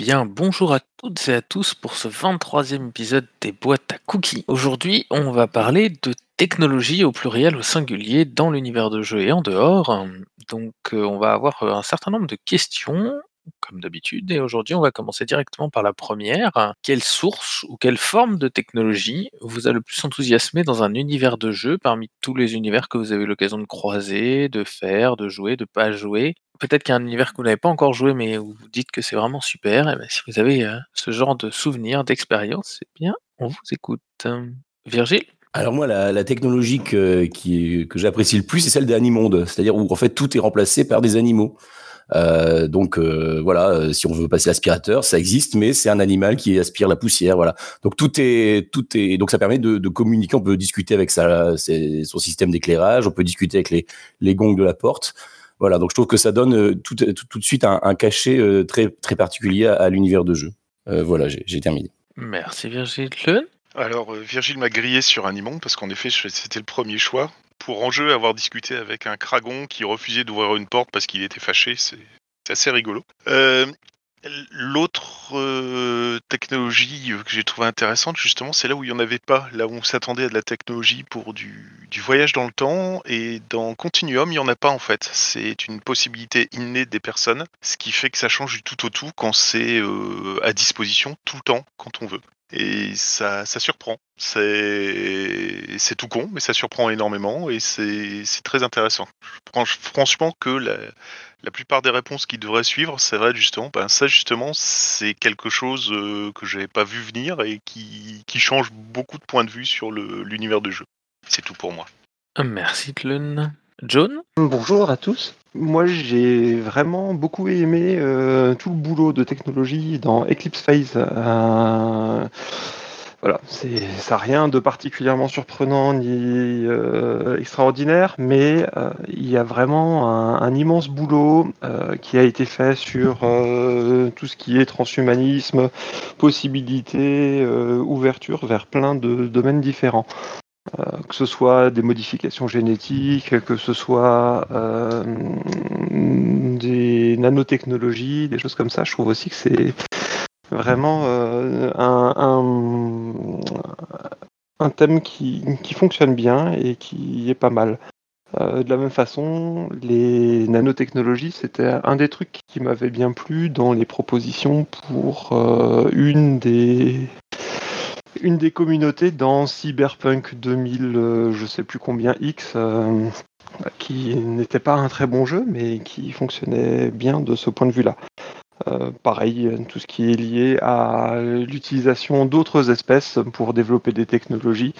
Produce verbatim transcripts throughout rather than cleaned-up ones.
bien, bonjour à toutes et à tous pour ce vingt-troisième épisode des boîtes à cookies. Aujourd'hui, on va parler de technologie au pluriel, au singulier, dans l'univers de jeu et en dehors. Donc, euh, on va avoir euh, un certain nombre de questions, comme d'habitude, et aujourd'hui, on va commencer directement par la première. Quelle source ou quelle forme de technologie vous a le plus enthousiasmé dans un univers de jeu parmi tous les univers que vous avez eu l'occasion de croiser, de faire, de jouer, de pas jouer? Peut-être qu'il y a un univers que vous n'avez pas encore joué, mais où vous dites que c'est vraiment super, et ben, si vous avez, heu, ce genre de souvenirs, d'expérience, eh bien, on vous écoute. Hem, Virgile? Alors moi, la, la technologie que, qui, que j'apprécie le plus, c'est celle des Animonde, c'est-à-dire où en fait tout est remplacé par des animaux. Euh, donc euh, voilà, euh, si on veut passer l'aspirateur, ça existe, mais c'est un animal qui aspire la poussière, voilà. Donc tout est, tout est, donc ça permet de, de communiquer. On peut discuter avec sa, ses- son système d'éclairage, on peut discuter avec les, les gongs de la porte. Voilà, donc je trouve que ça donne euh, tout, tout, tout de suite un, un cachet euh, très, très particulier à, à l'univers de jeu. Euh, voilà, j'ai, j'ai terminé. Merci Virgile. Leun? Alors, euh, Virgile m'a grillé sur Animon parce qu'en effet, je- c'était le premier choix. Pour en jeu, avoir discuté avec un cragon qui refusait d'ouvrir une porte parce qu'il était fâché, c'est c'est assez rigolo. Euh, L'autre euh, technologie euh, que j'ai trouvé intéressante, justement, c'est là où il n'y en avait pas, là où on s'attendait à de la technologie pour du, du voyage dans le temps, et dans Continuum, il n'y en a pas en fait. C'est une possibilité innée des personnes, ce qui fait que ça change du tout au tout quand c'est euh, à disposition tout le temps, quand on veut. Et ça, ça surprend. C'est, c'est tout con, mais ça surprend énormément et c'est, c'est très intéressant. Je pense franchement que la, la plupart des réponses qui devraient suivre, c'est vrai justement, ben ça justement, c'est quelque chose euh, que j'avais pas vu venir et qui, qui change beaucoup de points de vue sur le, l'univers de jeu. C'est tout pour moi. Merci Leun. John? Bonjour à tous. Moi, j'ai vraiment beaucoup aimé euh, tout le boulot de technologie dans Eclipse Phase. Euh, voilà, c'est ça n'a rien de particulièrement surprenant ni euh, extraordinaire, mais euh, il y a vraiment un, un immense boulot euh, qui a été fait sur euh, tout ce qui est transhumanisme, possibilités, euh, ouverture vers plein de domaines différents. Euh, que ce soit des modifications génétiques, que ce soit euh, des nanotechnologies, des choses comme ça. Je trouve aussi que c'est vraiment euh, un, un, un thème qui, qui fonctionne bien et qui est pas mal. Euh, de la même façon, les nanotechnologies, c'était un des trucs qui m'avait bien plu dans les propositions pour euh, une des une des communautés dans Cyberpunk deux mille, euh, je sais plus combien X, euh, qui n'était pas un très bon jeu, mais qui fonctionnait bien de ce point de vue-là. Euh, pareil, tout ce qui est lié à l'utilisation d'autres espèces pour développer des technologies.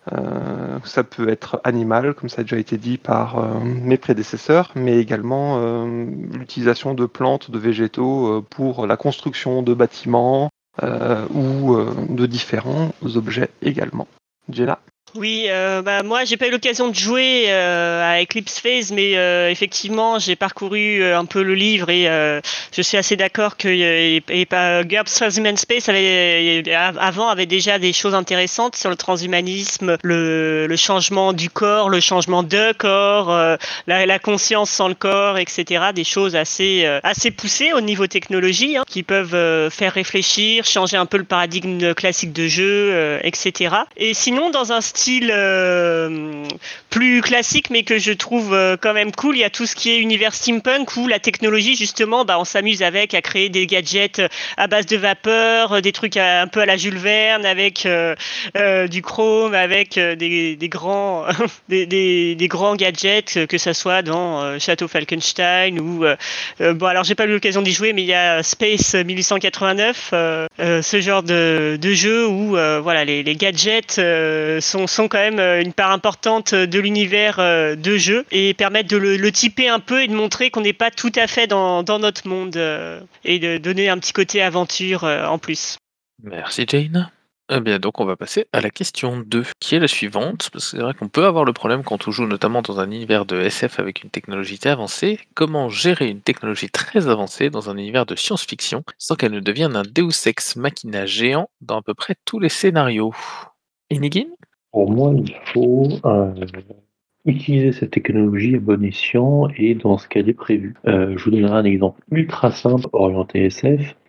Euh, ça peut être animal, comme ça a déjà été dit par euh, mes prédécesseurs, mais également euh, l'utilisation de plantes, de végétaux euh, pour la construction de bâtiments, euh, ou euh, de différents objets également. Jenna? Oui, euh, bah moi j'ai pas eu l'occasion de jouer euh, à Eclipse Phase, mais euh, effectivement j'ai parcouru euh, un peu le livre et euh, je suis assez d'accord que euh, et, et, pas GURPS Transhuman Space avait, avant avait déjà des choses intéressantes sur le transhumanisme, le, le changement du corps, le changement de corps, euh, la, la conscience sans le corps, et cetera. Des choses assez euh, assez poussées au niveau technologie, hein, qui peuvent euh, faire réfléchir, changer un peu le paradigme classique de jeu, euh, et cetera. Et sinon dans un style euh, plus classique mais que je trouve euh, quand même cool, il y a tout ce qui est univers steampunk où la technologie justement, bah, on s'amuse avec à créer des gadgets à base de vapeur, des trucs à, un peu à la Jules Verne avec euh, euh, du chrome, avec euh, des, des grands des, des, des grands gadgets, que ça soit dans euh, Château Falkenstein ou euh, euh, bon alors j'ai pas eu l'occasion d'y jouer mais il y a Space mille huit cent quatre-vingt-neuf, euh, euh, ce genre de, de jeu où euh, voilà les, les gadgets euh, sont, sont quand même une part importante de l'univers euh, de jeu et permettent de le, le typer un peu et de montrer qu'on n'est pas tout à fait dans, dans notre monde euh, et de donner un petit côté aventure euh, en plus. Merci Jane. Eh bien, donc on va passer à la question deux, qui est la suivante, parce que c'est vrai qu'on peut avoir le problème quand on joue notamment dans un univers de S F avec une technologie très avancée. Comment gérer une technologie très avancée dans un univers de science-fiction sans qu'elle ne devienne un Deus Ex Machina géant dans à peu près tous les scénarios? Inigine? Pour moi, il faut euh, utiliser cette technologie à bon escient et dans ce qu'elle est prévue. Euh, je vous donnerai un exemple ultra simple orienté S F.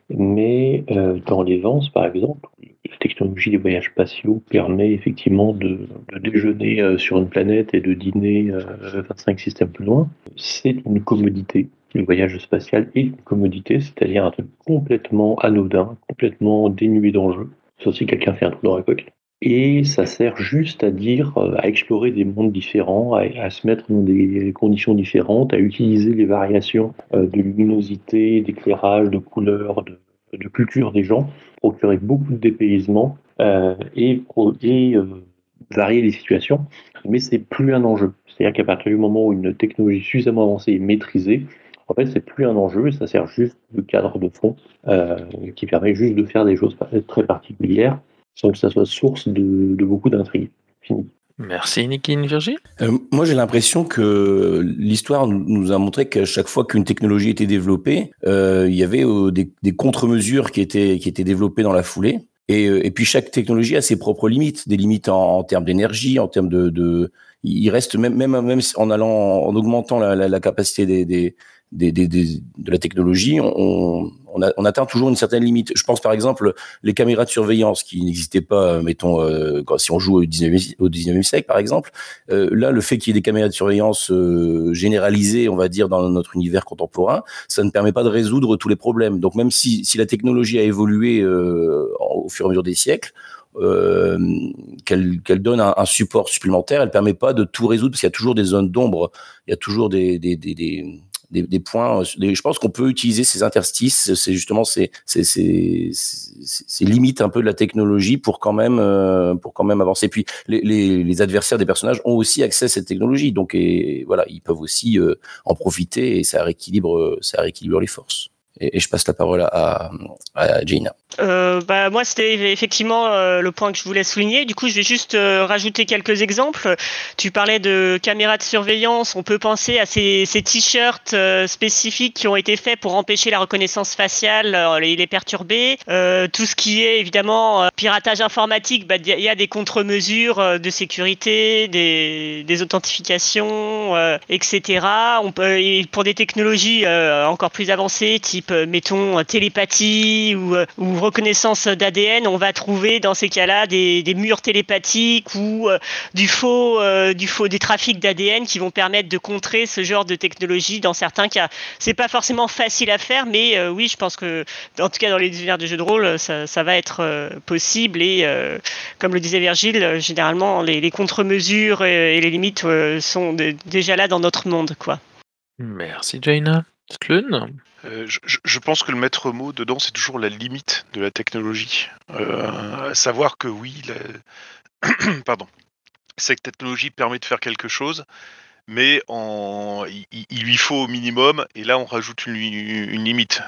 Mais euh, dans les vents, par exemple, la technologie des voyages spatiaux permet effectivement de, de déjeuner euh, sur une planète et de dîner euh, vingt-cinq systèmes plus loin. C'est une commodité. Le voyage spatial est une commodité, c'est-à-dire un truc complètement anodin, complètement dénué d'enjeux, sauf si quelqu'un fait un trou dans la coque. Et ça sert juste à dire, euh, à explorer des mondes différents, à, à se mettre dans des conditions différentes, à utiliser les variations euh, de luminosité, d'éclairage, de couleur, de, de culture des gens, procurer beaucoup de dépaysement euh, et, pro- et euh, varier les situations. Mais c'est plus un enjeu. C'est-à-dire qu'à partir du moment où une technologie suffisamment avancée est maîtrisée, en fait, c'est plus un enjeu, ça sert juste de cadre de fond euh, qui permet juste de faire des choses très particulières sans que ça soit source de, de beaucoup d'intrigues. Fini. Merci Niki Virgie. Euh, moi, j'ai l'impression que l'histoire nous a montré qu'à chaque fois qu'une technologie était développée, euh, il y avait euh, des, des contre-mesures qui étaient, qui étaient développées dans la foulée. Et, euh, et puis, chaque technologie a ses propres limites, des limites en, en termes d'énergie, en termes de, de, il reste même, même, même en allant, en augmentant la, la, la capacité des, des, des, des, des, de la technologie, on, on, a, on atteint toujours une certaine limite. Je pense par exemple les caméras de surveillance qui n'existaient pas, mettons, euh, quand, si on joue au dix-neuvième, au dix-neuvième siècle par exemple. Euh, là, le fait qu'il y ait des caméras de surveillance euh, généralisées, on va dire, dans notre univers contemporain, ça ne permet pas de résoudre tous les problèmes. Donc même si, si la technologie a évolué euh, au fur et à mesure des siècles, euh, qu'elle, qu'elle donne un, un support supplémentaire, elle permet pas de tout résoudre parce qu'il y a toujours des zones d'ombre, il y a toujours des, des, des, des Des, des points. Des, je pense qu'on peut utiliser ces interstices, c'est justement ces, ces, ces, ces, ces limites un peu de la technologie pour quand même, euh, pour quand même avancer. Puis les, les, les adversaires des personnages ont aussi accès à cette technologie, donc et, voilà, ils peuvent aussi euh, en profiter et ça rééquilibre, ça rééquilibre les forces. Et, et je passe la parole à, à Jaina. Euh, bah, moi, c'était effectivement euh, le point que je voulais souligner. Du coup, je vais juste euh, rajouter quelques exemples. Tu parlais de caméras de surveillance. On peut penser à ces, ces t-shirts euh, spécifiques qui ont été faits pour empêcher la reconnaissance faciale euh, et les perturber. Euh, tout ce qui est évidemment euh, piratage informatique, bah, il y a des contre-mesures euh, de sécurité, des, des authentifications, euh, et cetera. On peut, et pour des technologies euh, encore plus avancées, type, euh, mettons, télépathie ou, euh, ou reconnaissance d'A D N, on va trouver dans ces cas-là des, des murs télépathiques ou euh, du faux, euh, du faux, des trafics d'A D N qui vont permettre de contrer ce genre de technologie dans certains cas. C'est pas forcément facile à faire, mais euh, oui, je pense que, en tout cas dans les univers de jeux de rôle, ça, ça va être euh, possible et euh, comme le disait Virgile, généralement les, les contre-mesures et, et les limites euh, sont de, déjà là dans notre monde, quoi. Merci Jaina. Tlun. Euh, je, je pense que le maître mot dedans, c'est toujours la limite de la technologie. Euh, à savoir que oui, la... pardon, cette technologie permet de faire quelque chose, mais en... il, il lui faut au minimum, et là on rajoute une, une limite.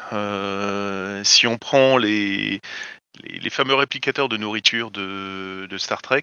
Euh, si on prend les, les, les fameux réplicateurs de nourriture de, de Star Trek,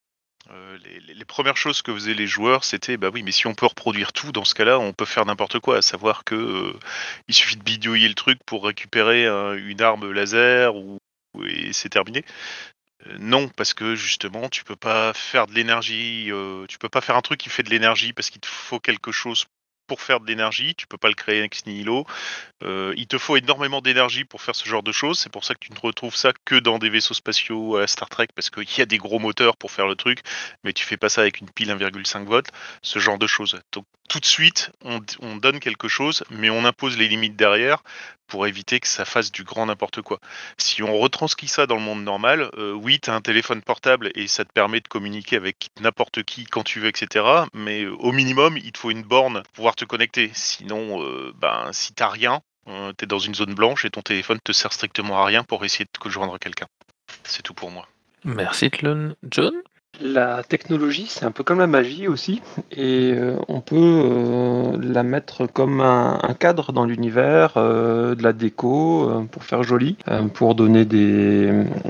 Euh, les, les premières choses que faisaient les joueurs, c'était bah oui, mais si on peut reproduire tout, dans ce cas-là, on peut faire n'importe quoi. À savoir que euh, il suffit de bidouiller le truc pour récupérer euh, une arme laser ou et c'est terminé. Euh, non, parce que justement, tu peux pas faire de l'énergie. Euh, tu peux pas faire un truc qui fait de l'énergie parce qu'il te faut quelque chose pour faire de l'énergie. Tu peux pas le créer ex nihilo. Euh, il te faut énormément d'énergie pour faire ce genre de choses. C'est pour ça que tu ne retrouves ça que dans des vaisseaux spatiaux à Star Trek, parce qu'il y a des gros moteurs pour faire le truc, mais tu fais pas ça avec une pile un virgule cinq volts, ce genre de choses. Donc tout de suite, on, on donne quelque chose, mais on impose les limites derrière pour éviter que ça fasse du grand n'importe quoi. Si on retranscrit ça dans le monde normal, euh, oui, tu as un téléphone portable et ça te permet de communiquer avec n'importe qui quand tu veux, et cetera. Mais euh, au minimum, il te faut une borne pour pouvoir te connecter. Sinon, euh, ben, si t'as rien, euh, t'es dans une zone blanche et ton téléphone te sert strictement à rien pour essayer de joindre quelqu'un. C'est tout pour moi. Merci Tlun. John. La technologie, c'est un peu comme la magie aussi, et euh, on peut euh, la mettre comme un, un cadre dans l'univers, euh, de la déco, euh, pour faire joli, euh, pour donner des,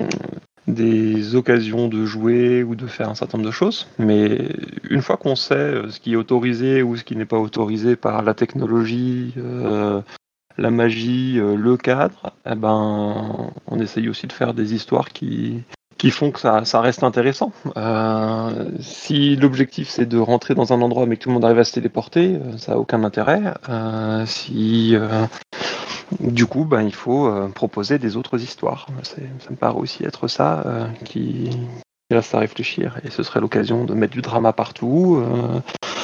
des occasions de jouer ou de faire un certain nombre de choses. Mais une fois qu'on sait ce qui est autorisé ou ce qui n'est pas autorisé par la technologie, euh, la magie, euh, le cadre, eh ben, on essaye aussi de faire des histoires qui qui font que ça, ça reste intéressant. Euh, si l'objectif c'est de rentrer dans un endroit mais que tout le monde arrive à se téléporter, euh, ça n'a aucun intérêt. Euh, si euh, du coup, ben, il faut euh, proposer des autres histoires. C'est, ça me paraît aussi être ça euh, qui, qui reste à réfléchir. Et ce serait l'occasion de mettre du drama partout. Euh,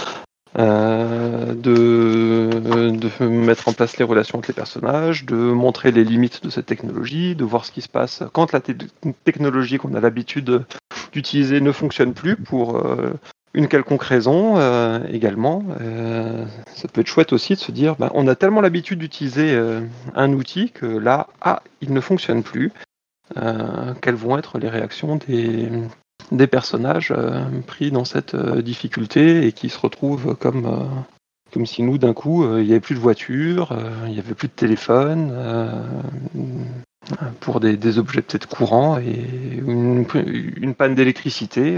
Euh, de, de mettre en place les relations entre les personnages, de montrer les limites de cette technologie, de voir ce qui se passe quand la te- technologie qu'on a l'habitude d'utiliser ne fonctionne plus pour euh, une quelconque raison euh, également. Euh, ça peut être chouette aussi de se dire, bah, on a tellement l'habitude d'utiliser euh, un outil que là, ah, il ne fonctionne plus. Euh, quelles vont être les réactions des, des personnages euh, pris dans cette euh, difficulté et qui se retrouvent comme, euh, comme si nous, d'un coup, euh, il n'y avait plus de voiture, euh, il n'y avait plus de téléphone, euh, pour des, des objets peut-être courants, et une, une panne d'électricité.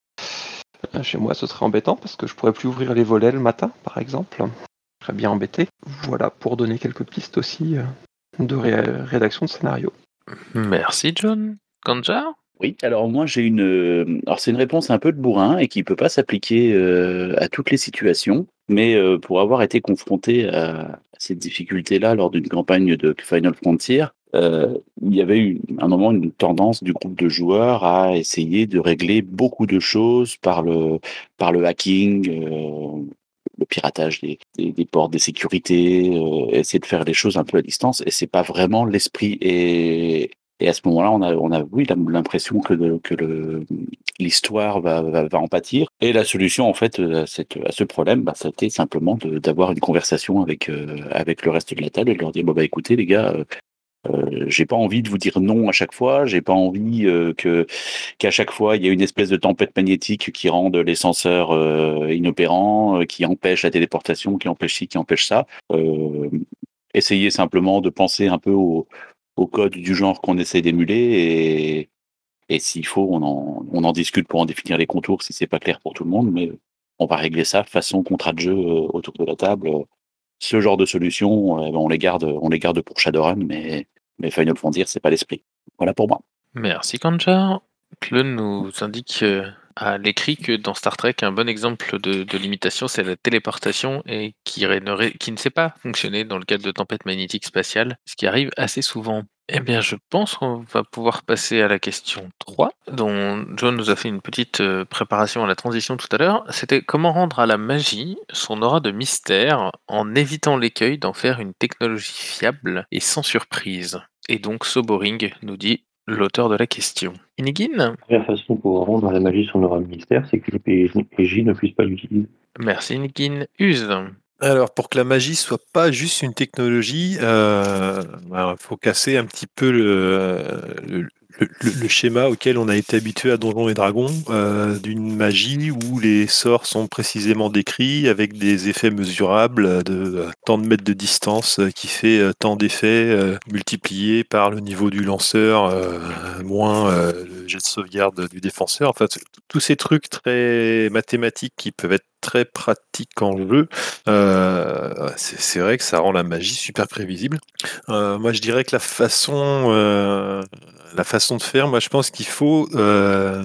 Euh, chez moi, ce serait embêtant parce que je pourrais plus ouvrir les volets le matin, par exemple. Je serais bien embêté. Voilà, pour donner quelques pistes aussi euh, de ré- rédaction de scénario. Merci John. Kanja? Oui, alors moi j'ai une. euh, Alors c'est une réponse un peu de bourrin et qui peut pas s'appliquer euh, à toutes les situations, mais euh, pour avoir été confronté à, à cette difficulté-là lors d'une campagne de Final Frontier, euh, il y avait eu un moment une tendance du groupe de joueurs à essayer de régler beaucoup de choses par le par le hacking. euh, le piratage des, des, des portes, des sécurités, euh, essayer de faire les choses un peu à distance, et c'est pas vraiment l'esprit. Et, et à ce moment-là, on a, on a oui, l'impression que, le, que le, l'histoire va, va, va en pâtir. Et la solution, en fait, à, cette, à ce problème, bah, c'était simplement de, d'avoir une conversation avec, euh, avec le reste de la table et de leur dire, bon, bah, écoutez, les gars, euh, euh, j'ai pas envie de vous dire non à chaque fois, j'ai pas envie euh, que qu'à chaque fois il y ait une espèce de tempête magnétique qui rende les senseurs euh, inopérants, euh, qui empêche la téléportation, qui empêche ci, qui empêche ça. Euh, essayez simplement de penser un peu au, au code du genre qu'on essaie d'émuler, et, et s'il faut, on en, on en discute pour en définir les contours si c'est pas clair pour tout le monde, mais on va régler ça façon contrat de jeu euh, autour de la table. Ce genre de solutions, euh, on les garde, on les garde pour Shadowrun, mais, mais Final Frontier, c'est pas l'esprit. Voilà pour moi. Merci Kanja. Clone nous indique euh, à l'écrit que dans Star Trek, un bon exemple de, de limitation, c'est la téléportation, et qui, ré- ne ré- qui ne sait pas fonctionner dans le cadre de tempêtes magnétiques spatiales, ce qui arrive assez souvent. Eh bien, je pense qu'on va pouvoir passer à la question trois, dont John nous a fait une petite euh, préparation à la transition tout à l'heure. C'était comment rendre à la magie son aura de mystère en évitant l'écueil d'en faire une technologie fiable et sans surprise. Et donc, So Boring nous dit l'auteur de la question. Inigine? La première façon pour rendre à la magie son aura de mystère, c'est que les P J ne puissent pas l'utiliser. Merci Inigine. Use? Alors, pour que la magie soit pas juste une technologie, euh, ben, faut casser un petit peu le, le, le- le schéma auquel on a été habitué à Donjons et Dragons, euh, d'une magie où les sorts sont précisément décrits avec des effets mesurables de euh, tant de mètres de distance euh, qui fait euh, tant d'effets euh, multipliés par le niveau du lanceur, euh, moins euh, le jet de sauvegarde du défenseur. Enfin, t- tous ces trucs très mathématiques qui peuvent être très pratiques en jeu. Euh, c'est c'est vrai que ça rend la magie super prévisible. Euh, moi, je dirais que la façon, euh, la façon de faire, moi, je pense qu'il faut euh,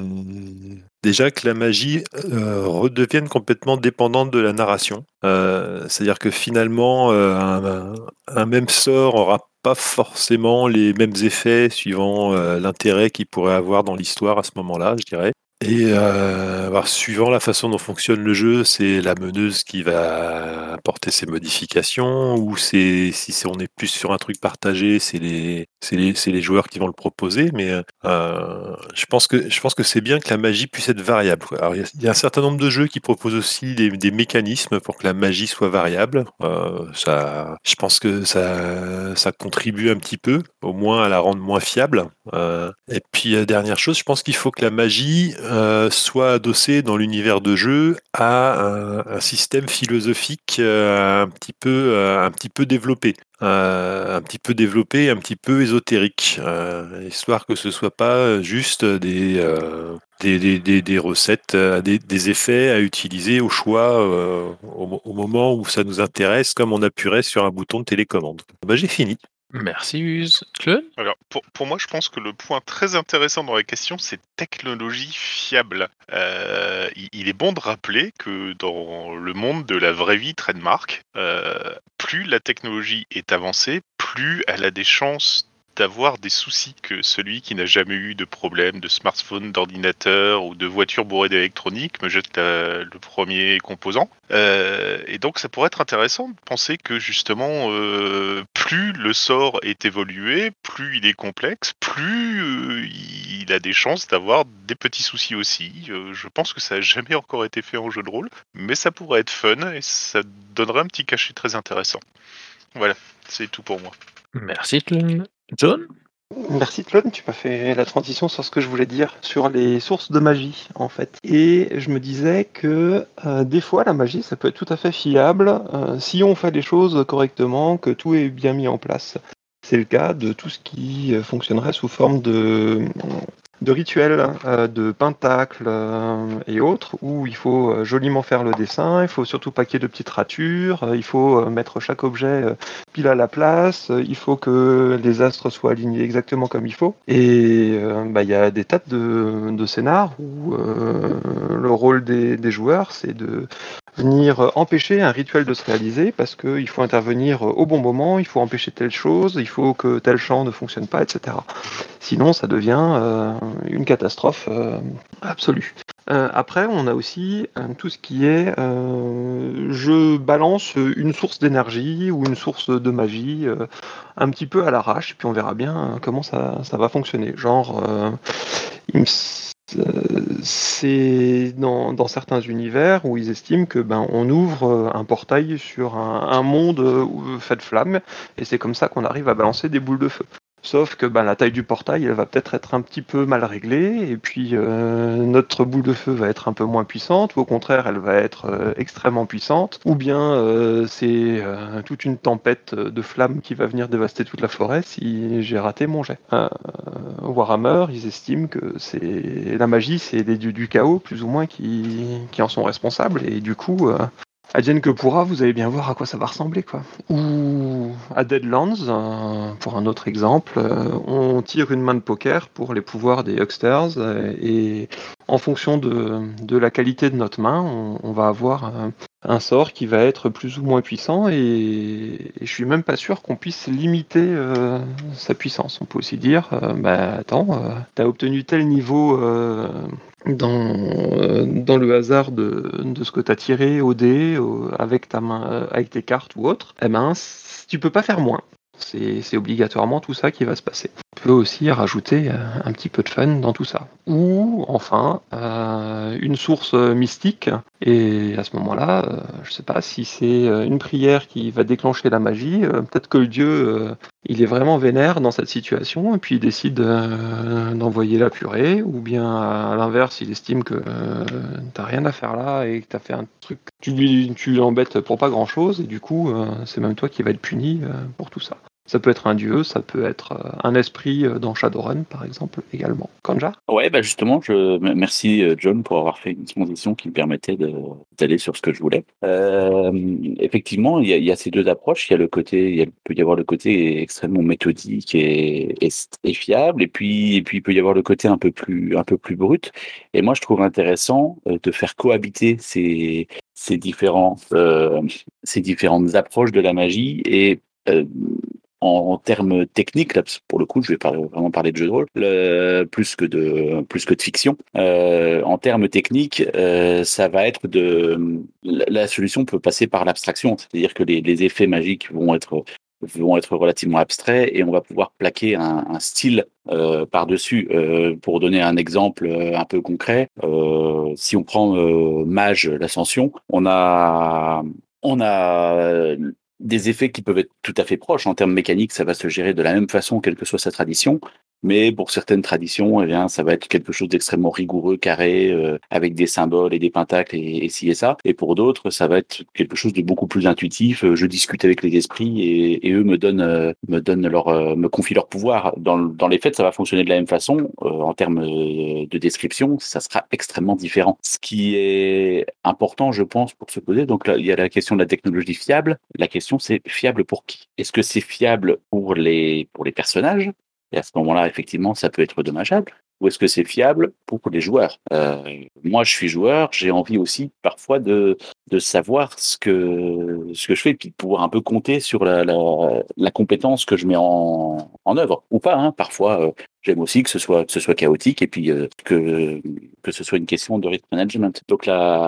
déjà que la magie euh, redevienne complètement dépendante de la narration. Euh, c'est-à-dire que finalement, euh, un, un même sort aura pas forcément les mêmes effets suivant euh, l'intérêt qu'il pourrait avoir dans l'histoire à ce moment-là, je dirais. Et euh, alors, suivant la façon dont fonctionne le jeu, c'est la meneuse qui va apporter ses modifications, ou c'est si c'est, on est plus sur un truc partagé, c'est les, c'est les, c'est les joueurs qui vont le proposer. Mais euh, je pense que je pense que c'est bien que la magie puisse être variable, quoi. Alors, il y, a- il y a un certain nombre de jeux qui proposent aussi des, des mécanismes pour que la magie soit variable. Euh, ça, je pense que ça, ça contribue un petit peu, au moins à la rendre moins fiable. Euh, et puis, euh, dernière chose, je pense qu'il faut que la magie euh, soit adossée dans l'univers de jeu à un, un système philosophique euh, un petit peu, euh, un petit peu développé. Euh, un petit peu développé, un petit peu ésotérique, euh, histoire que ce soit pas juste des, euh, des, des, des, des recettes, euh, des, des effets à utiliser au choix euh, au, au moment où ça nous intéresse, comme on appuierait sur un bouton de télécommande. Bah, j'ai fini. Merci Use. Claude? Alors, pour, pour moi, je pense que le point très intéressant dans la question, c'est technologie fiable. Euh, il, il est bon de rappeler que dans le monde de la vraie vie trademark, euh, plus la technologie est avancée, plus elle a des chances d'avoir des soucis que celui qui n'a jamais eu de problème de smartphone, d'ordinateur ou de voiture bourrée d'électronique me jette la- le premier composant. Euh, et donc ça pourrait être intéressant de penser que justement, euh, plus le sort est évolué, plus il est complexe, plus euh, il a des chances d'avoir des petits soucis aussi. Euh, je pense que ça n'a jamais encore été fait en jeu de rôle, mais ça pourrait être fun et ça donnerait un petit cachet très intéressant. Voilà, c'est tout pour moi. Merci Claude. John? Merci Claude, tu m'as fait la transition sur ce que je voulais dire, sur les sources de magie en fait. Et je me disais que euh, des fois la magie ça peut être tout à fait fiable euh, si on fait les choses correctement, que tout est bien mis en place. C'est le cas de tout ce qui euh, fonctionnerait sous forme de, de rituels, euh, de pentacles euh, et autres, où il faut euh, joliment faire le dessin, il faut surtout pas qu'il y ait de petites ratures, euh, il faut euh, mettre chaque objet euh, pile à la place, euh, il faut que les astres soient alignés exactement comme il faut. Et euh, bah, il y a des tas de, de scénars où euh, le rôle des, des joueurs, c'est de venir empêcher un rituel de se réaliser parce qu'il faut intervenir au bon moment, il faut empêcher telle chose, il faut que tel chant ne fonctionne pas, et cetera. Sinon, ça devient euh, une catastrophe euh, absolue. Euh, après, on a aussi euh, tout ce qui est euh, je balance une source d'énergie ou une source de magie euh, un petit peu à l'arrache, puis on verra bien euh, comment ça, ça va fonctionner. Genre, euh, il me c'est dans, dans certains univers où ils estiment que ben on ouvre un portail sur un, un monde fait de flammes et c'est comme ça qu'on arrive à balancer des boules de feu. Sauf que ben, la taille du portail, elle va peut-être être un petit peu mal réglée, et puis euh, notre boule de feu va être un peu moins puissante, ou au contraire, elle va être euh, extrêmement puissante, ou bien euh, c'est euh, toute une tempête de flammes qui va venir dévaster toute la forêt si j'ai raté mon jet. Euh, Warhammer, ils estiment que c'est la magie, c'est les dieux du chaos, plus ou moins, qui, qui en sont responsables, et du coup... Euh, Advienne que pourra, vous allez bien voir à quoi ça va ressembler, quoi. Ou à Deadlands, euh, pour un autre exemple, euh, on tire une main de poker pour les pouvoirs des Hucksters, euh, et en fonction de, de la qualité de notre main, on, on va avoir un, un sort qui va être plus ou moins puissant, et, et je suis même pas sûr qu'on puisse limiter euh, sa puissance. On peut aussi dire, euh, bah attends, euh, t'as obtenu tel niveau... Euh, dans, euh, dans le hasard de, de ce que tu as tiré au dé, au- avec ta main, euh, avec tes cartes ou autre, eh ben, c- tu peux pas faire moins. C'est c'est obligatoirement tout ça qui va se passer. On peut aussi rajouter euh, un petit peu de fun dans tout ça. Ou enfin, euh, une source euh, mystique. Et à ce moment-là, euh, je sais pas si c'est euh, une prière qui va déclencher la magie. euh, Peut-être que le dieu, euh, il est vraiment vénère dans cette situation et puis il décide euh, d'envoyer la purée. Ou bien à l'inverse, il estime que euh, t'as rien à faire là et que t'as fait un truc. Tu lui, tu l'embêtes pour pas grand-chose et du coup, euh, c'est même toi qui va être puni euh, pour tout ça. Ça peut être un dieu, ça peut être euh, un esprit euh, dans Shadowrun, par exemple, également. Kanja? Ouais, bah justement, je m- merci euh, John pour avoir fait une transition qui me permettait de- d'aller sur ce que je voulais. Euh, effectivement, il y a, il y a ces deux approches. Il y a le côté, il y a- il peut y avoir le côté extrêmement méthodique et, et, et fiable, et puis, et puis il peut y avoir le côté un peu plus, un peu plus brut. Et moi, je trouve intéressant euh, de faire cohabiter ces, ces différents, euh, ces différentes approches de la magie et euh, en, en termes techniques, là, parce que pour le coup, je vais parler, vraiment parler de jeu de rôle, le- plus que de plus que de fiction. Euh, en termes techniques, euh, ça va être de la, la solution peut passer par l'abstraction, c'est-à-dire que les, les effets magiques vont être vont être relativement abstraits et on va pouvoir plaquer un, un style euh, par-dessus. Euh, pour donner un exemple euh, un peu concret, euh, si on prend euh, Mage l'Ascension, on a on a des effets qui peuvent être tout à fait proches. En termes mécaniques, ça va se gérer de la même façon, quelle que soit sa tradition. Mais pour certaines traditions, eh bien, ça va être quelque chose d'extrêmement rigoureux, carré, euh, avec des symboles et des pentacles et, et ci et ça. Et pour d'autres, ça va être quelque chose de beaucoup plus intuitif. Je discute avec les esprits et, et eux me donnent, euh, me donnent leur, euh, me confient leur pouvoir. Dans, dans les faits, ça va fonctionner de la même façon. Euh, en termes de description, ça sera extrêmement différent. Ce qui est important, je pense, pour se poser. Donc là, il y a la question de la technologie fiable. La question, c'est fiable pour qui? Est-ce que c'est fiable pour les, pour les personnages? Et à ce moment-là, effectivement, ça peut être dommageable. Ou est-ce que c'est fiable pour les joueurs? euh, Moi, je suis joueur, j'ai envie aussi parfois de, de savoir ce que, ce que je fais, et puis de pouvoir un peu compter sur la, la, la compétence que je mets en, en œuvre. Ou pas, hein. Parfois, euh, j'aime aussi que ce soit, que ce soit chaotique et puis euh, que, que ce soit une question de risk management. Donc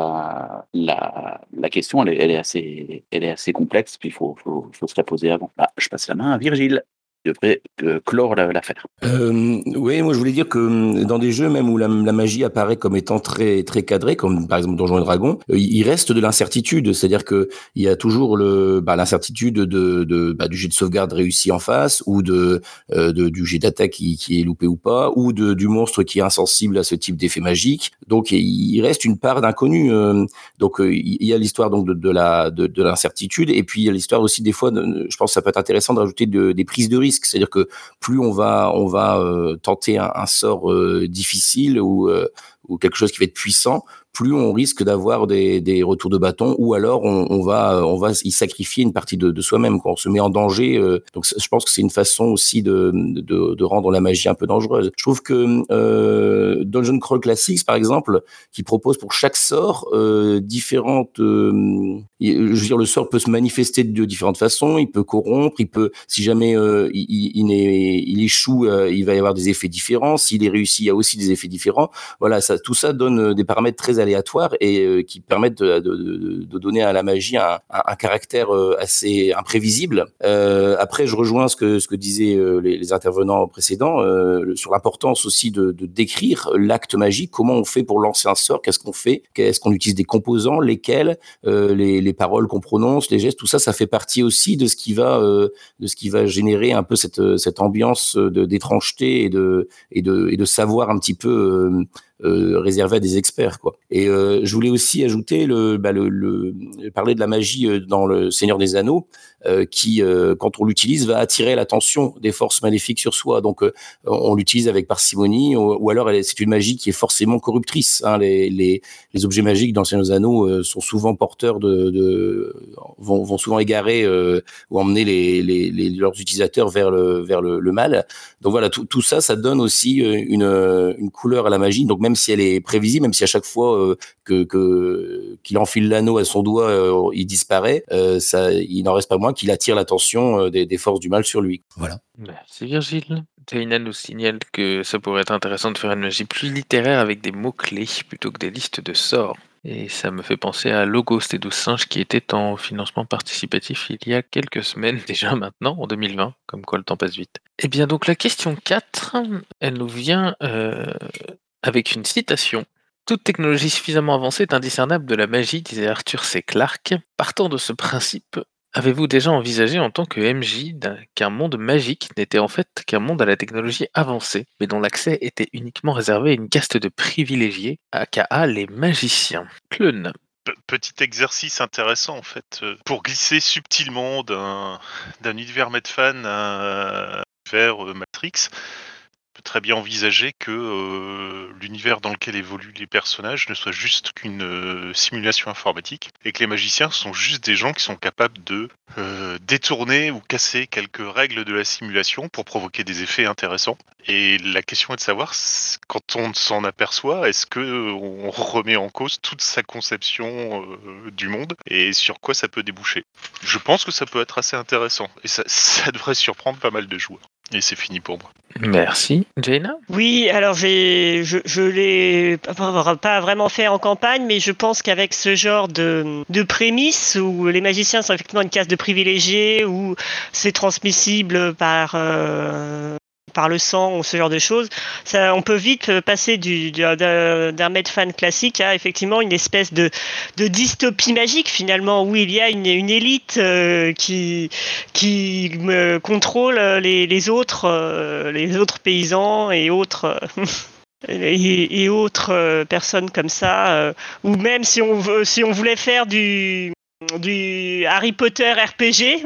la, la, la question, elle est, elle est, assez, elle est assez complexe, puis il faut, faut, faut se la poser avant. Ah, je passe la main à Virgile. Devrait euh, clore la- l'affaire. Euh, oui, moi je voulais dire que hum, dans des jeux même où la, la magie apparaît comme étant très très cadrée, comme par exemple Donjons et Dragons, euh, il reste de l'incertitude, c'est-à-dire que il y a toujours le bah, l'incertitude de, de bah, du jet de sauvegarde réussi en face, ou de, euh, de du jet d'attaque qui, qui est loupé ou pas, ou de du monstre qui est insensible à ce type d'effet magique. Donc il reste une part d'inconnu. Euh, donc euh, il y a l'histoire donc de, de la de, de l'incertitude, et puis il y a l'histoire aussi des fois. De, je pense que ça peut être intéressant de rajouter de, des prises de risque. C'est-à-dire que plus on va on va euh, tenter un, un sort euh, difficile ou euh, ou quelque chose qui va être puissant, plus on risque d'avoir des, des retours de bâton, ou alors on, on va on va y sacrifier une partie de, de soi-même, quand on se met en danger. Euh, donc je pense que c'est une façon aussi de, de de rendre la magie un peu dangereuse. Je trouve que euh, Dungeon Crawl Classics, par exemple, qui propose pour chaque sort euh, différentes, euh, je veux dire, le sort peut se manifester de différentes façons. Il peut corrompre, il peut, si jamais euh, il, il, est, il échoue, euh, il va y avoir des effets différents. S'il est réussi, il y a aussi des effets différents. Voilà, ça, tout ça donne des paramètres très aléatoires et euh, qui permettent de, de, de, de donner à la magie un, un, un caractère euh, assez imprévisible. Euh, après, je rejoins ce que ce que disaient euh, les, les intervenants précédents euh, sur l'importance aussi de, de décrire l'acte magique. Comment on fait pour lancer un sort? Qu'est-ce qu'on fait? Est-ce qu'on utilise des composants? Lesquels? euh, les, les paroles qu'on prononce, les gestes, tout ça, ça fait partie aussi de ce qui va euh, de ce qui va générer un peu cette cette ambiance de d'étrangeté et de et de et de savoir un petit peu euh, euh, réservé à des experts, quoi. Et euh, je voulais aussi ajouter le, bah, le, le parler de la magie dans le Seigneur des Anneaux, euh, qui, euh, quand on l'utilise, va attirer l'attention des forces maléfiques sur soi. Donc, euh, on l'utilise avec parcimonie, ou, ou alors elle, c'est une magie qui est forcément corruptrice. Hein. Les, les, les objets magiques dans le Seigneur des Anneaux euh, sont souvent porteurs de, de vont, vont souvent égarer euh, ou emmener les, les, les, leurs utilisateurs vers le, vers le, le mal. Donc voilà, tout, tout ça, ça donne aussi une, une couleur à la magie. Donc même si elle est prévisible, même si à chaque fois euh, que, que qu'il enfile l'anneau à son doigt, euh, il disparaît, euh, ça, il n'en reste pas moins qu'il attire l'attention euh, des, des forces du mal sur lui. Voilà. Merci Virgile. Jaina nous signale que ça pourrait être intéressant de faire une magie plus littéraire avec des mots-clés plutôt que des listes de sorts. Et ça me fait penser à Logos des douze singes qui était en financement participatif il y a quelques semaines déjà maintenant, en deux mille vingt, comme quoi le temps passe vite. Et bien donc la question quatre, elle nous vient euh, avec une citation. Toute technologie suffisamment avancée est indiscernable de la magie, disait Arthur C. Clarke. Partant de ce principe, avez-vous déjà envisagé en tant que M J qu'un monde magique n'était en fait qu'un monde à la technologie avancée, mais dont l'accès était uniquement réservé à une caste de privilégiés, aka les magiciens? Clun. P- Petit exercice intéressant en fait, euh, pour glisser subtilement d'un d'un univers Medfan à un univers euh, Matrix. On peut très bien envisager que euh, l'univers dans lequel évoluent les personnages ne soit juste qu'une euh, simulation informatique et que les magiciens sont juste des gens qui sont capables de euh, détourner ou casser quelques règles de la simulation pour provoquer des effets intéressants. Et la question est de savoir, c- quand on s'en aperçoit, est-ce que euh, on remet en cause toute sa conception euh, du monde et sur quoi ça peut déboucher? Je pense que ça peut être assez intéressant et ça, ça devrait surprendre pas mal de joueurs. Et c'est fini pour moi. Merci. Jaina. Oui, alors j'ai, je, je l'ai pas pas vraiment fait en campagne, mais je pense qu'avec ce genre de, de prémices où les magiciens sont effectivement une caste de privilégiés, où c'est transmissible par, euh, par le sang ou ce genre de choses, ça, on peut vite passer du, du, d'un, d'un Medfan classique à effectivement une espèce de, de dystopie magique finalement, où il y a une, une élite euh, qui, qui me contrôle les, les, autres, euh, les autres paysans et autres... Euh, Et, et autres euh, personnes comme ça, euh, ou même si on veut, si on voulait faire du du Harry Potter R P G,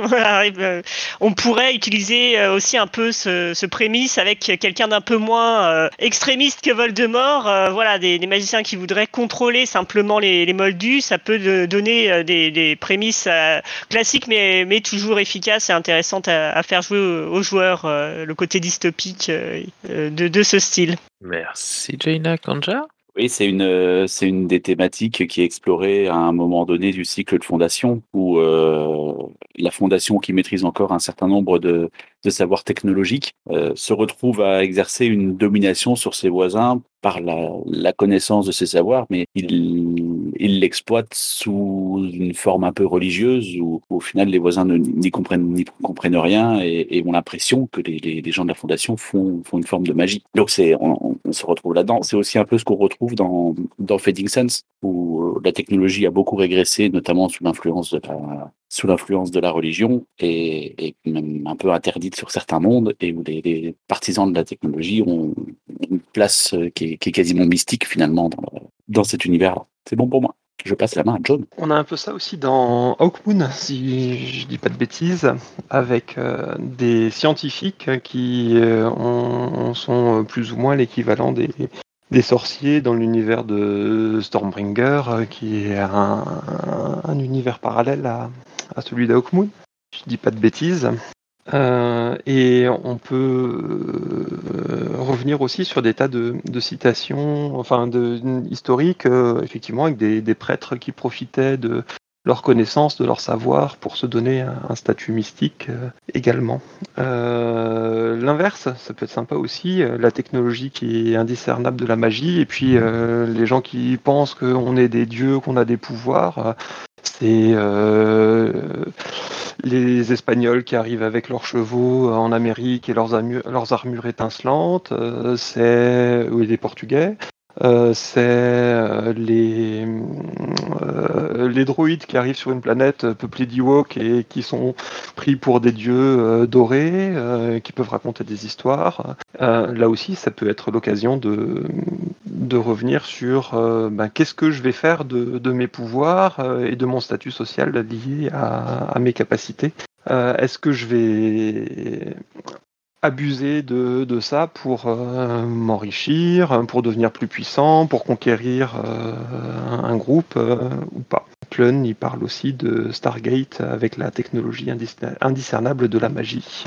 on pourrait utiliser aussi un peu ce, ce prémisse avec quelqu'un d'un peu moins euh, extrémiste que Voldemort. Euh, voilà, des, des magiciens qui voudraient contrôler simplement les, les moldus, ça peut de, donner des, des prémices euh, classiques, mais, mais toujours efficaces et intéressantes à, à faire jouer aux, aux joueurs, euh, le côté dystopique euh, de, de ce style. Merci Jaina. Kanja. Oui, c'est une, euh, c'est une des thématiques qui est explorée à un moment donné du cycle de fondation, où euh, la fondation, qui maîtrise encore un certain nombre de, de savoirs technologiques, euh, se retrouve à exercer une domination sur ses voisins par la, la connaissance de ces savoirs, mais il, il l'exploite sous une forme un peu religieuse, où, où au final les voisins ne, n'y, comprennent, n'y comprennent rien et, et ont l'impression que les, les, les gens de la fondation font, font une forme de magie. Donc c'est, on, on se retrouve là-dedans. C'est aussi un peu ce qu'on retrouve dans, dans Fading Suns, où la technologie a beaucoup régressé, notamment sous l'influence de la, sous l'influence de la religion, et, et même un peu interdite sur certains mondes, et où les, les partisans de la technologie ont une place qui est, qui est quasiment mystique finalement dans, dans cet univers-là. C'est bon pour moi. Je passe la main à John. On a un peu ça aussi dans Hawkmoon, si je dis pas de bêtises, avec euh, des scientifiques qui euh, ont, sont plus ou moins l'équivalent des, des sorciers dans l'univers de Stormbringer, euh, qui est un, un, un univers parallèle à, à celui d'Hawkmoon. Je dis pas de bêtises. Euh, et on peut euh, revenir aussi sur des tas de, de citations, enfin de, historiques, euh, effectivement, avec des, des prêtres qui profitaient de leur connaissance, de leur savoir pour se donner un, un statut mystique euh, également. Euh, l'inverse, ça peut être sympa aussi, euh, la technologie qui est indiscernable de la magie, et puis euh, les gens qui pensent qu'on est des dieux, qu'on a des pouvoirs. Euh, c'est euh, les Espagnols qui arrivent avec leurs chevaux en Amérique et leurs, amu- leurs armures étincelantes, euh, c'est oui, les Portugais, euh, c'est euh, les, euh, les droïdes qui arrivent sur une planète peuplée d'Ewoks et qui sont pris pour des dieux euh, dorés, euh, qui peuvent raconter des histoires. Euh, là aussi, ça peut être l'occasion de, de revenir sur euh, ben, qu'est-ce que je vais faire de, de mes pouvoirs euh, et de mon statut social lié à, à mes capacités. Euh, est-ce que je vais abuser de, de ça pour euh, m'enrichir, pour devenir plus puissant, pour conquérir euh, un groupe euh, ou pas? Plun, il parle aussi de Stargate avec la technologie indis- indiscernable de la magie.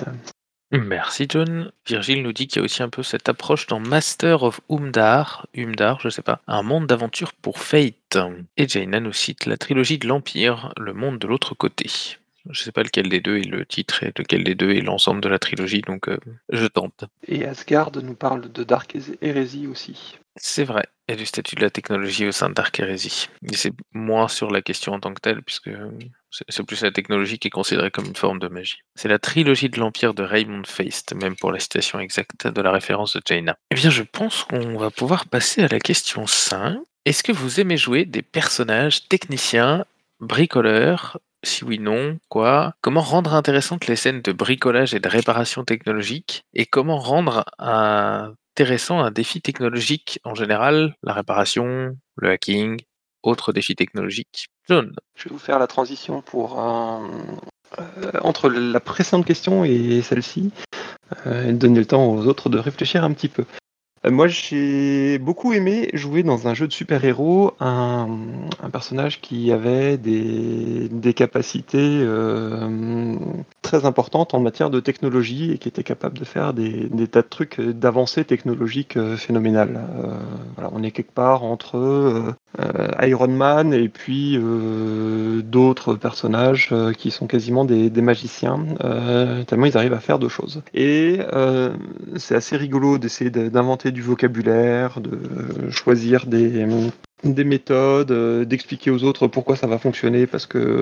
Merci John. Virgile nous dit qu'il y a aussi un peu cette approche dans Master of Umdar, Umdar, je sais pas, un monde d'aventure pour Fate. Et Jaina nous cite la trilogie de l'Empire, le monde de l'autre côté. Je sais pas lequel des deux est le titre et lequel des deux est l'ensemble de la trilogie, donc euh, je tente. Et Asgard nous parle de Dark Heresy aussi. C'est vrai, et du statut de la technologie au sein de Dark Heresy. Et c'est moins sur la question en tant que telle, puisque c'est plus la technologie qui est considérée comme une forme de magie. C'est la trilogie de l'Empire de Raymond Feist, même pour la citation exacte de la référence de Jaina. Eh bien, je pense qu'on va pouvoir passer à la question cinq. Est-ce que vous aimez jouer des personnages techniciens, bricoleurs? Si oui, non, quoi? Comment rendre intéressantes les scènes de bricolage et de réparation technologique? Et comment rendre un intéressant un défi technologique en général, la réparation, le hacking, autres défis technologiques? John. Je vais vous faire la transition pour un, euh, entre la précédente question et celle-ci, euh, et donner le temps aux autres de réfléchir un petit peu. Euh, moi, j'ai beaucoup aimé jouer dans un jeu de super-héros un, un personnage qui avait des, des capacités euh, très importantes en matière de technologie et qui était capable de faire des, des tas de trucs d'avancées technologiques euh, phénoménales. Euh, voilà, on est quelque part entre euh, euh, Iron Man et puis euh, d'autres personnages euh, qui sont quasiment des, des magiciens, euh, tellement ils arrivent à faire deux choses. Et euh, c'est assez rigolo d'essayer de, d'inventer du vocabulaire, de choisir des, des méthodes, d'expliquer aux autres pourquoi ça va fonctionner, parce que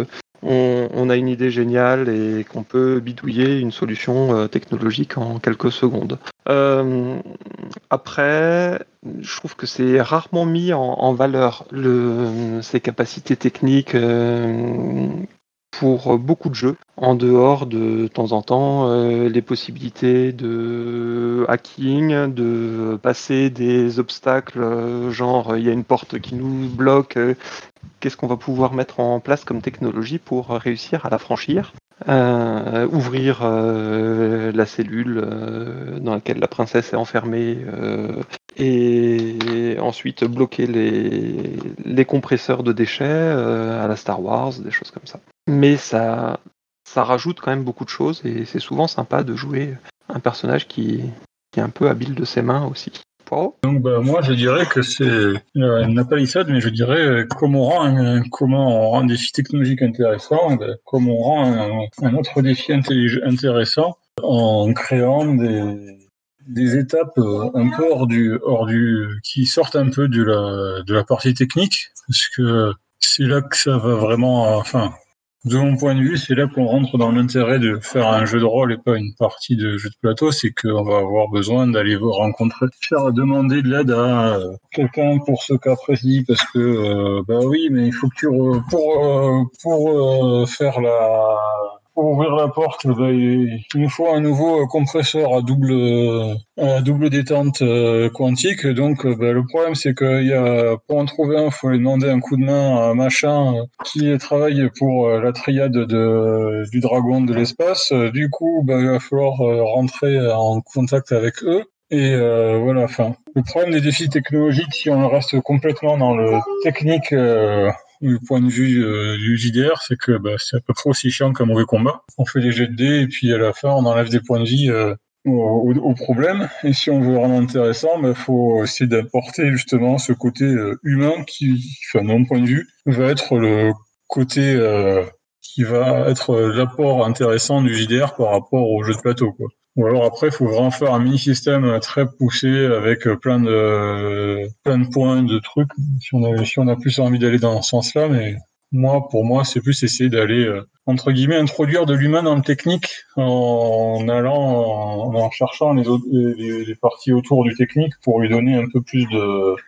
on, on a une idée géniale et qu'on peut bidouiller une solution euh, technologique en quelques secondes. Euh, après, je trouve que c'est rarement mis en, en valeur le, ces capacités techniques euh, pour beaucoup de jeux, en dehors de, de temps en temps euh, les possibilités de hacking, de passer des obstacles, euh, genre il y a une porte qui nous bloque, euh, qu'est-ce qu'on va pouvoir mettre en place comme technologie pour réussir à la franchir. Euh, ouvrir euh, la cellule euh, dans laquelle la princesse est enfermée euh, et ensuite bloquer les, les compresseurs de déchets euh, à la Star Wars, des choses comme ça. Mais ça, ça rajoute quand même beaucoup de choses et c'est souvent sympa de jouer un personnage qui, qui est un peu habile de ses mains aussi. Poirot ? Donc bah, moi je dirais que c'est euh, une palissade, mais je dirais euh, comment on rend un, comment on rend un défi technologique intéressant, ben, comment on rend un, un autre défi intellig- intéressant en créant des, des étapes euh, un peu hors du hors du qui sortent un peu de la de la partie technique, parce que c'est là que ça va vraiment, euh, enfin. De mon point de vue, c'est là qu'on rentre dans l'intérêt de faire un jeu de rôle et pas une partie de jeu de plateau, c'est qu'on va avoir besoin d'aller rencontrer, faire demander de l'aide à euh, quelqu'un pour ce cas précis, parce que euh, bah oui, mais il faut que tu re, pour euh, pour euh, faire la pour ouvrir la porte, bah, il, il nous faut un nouveau compresseur à double euh, à double détente euh, quantique. Donc euh, bah, le problème c'est que il y a pour en trouver un, il faut lui demander un coup de main à un machin euh, qui travaille pour euh, la triade de, du dragon de l'espace. Euh, du coup, bah, il va falloir euh, rentrer en contact avec eux. Et euh, voilà, enfin, le problème des défis technologiques, si on reste complètement dans le technique euh, du point de vue euh, du J D R, c'est que bah, c'est à peu près aussi chiant qu'un mauvais combat. On fait des jets de dés et puis à la fin, on enlève des points de vie euh, au, au, au problème. Et si on veut rendre intéressant, il bah, faut essayer d'apporter justement ce côté euh, humain qui, enfin, de mon point de vue, va être le côté euh, qui va être euh, l'apport intéressant du J D R par rapport au jeu de plateau, quoi. Ou alors après, il faut vraiment faire un mini-système très poussé avec plein de plein de points, de trucs. Si on a, si on a plus envie d'aller dans ce sens-là, mais moi, pour moi, c'est plus essayer d'aller euh, entre guillemets introduire de l'humain dans le technique en allant, en, en cherchant les, autres, les, les parties autour du technique pour lui donner un peu plus de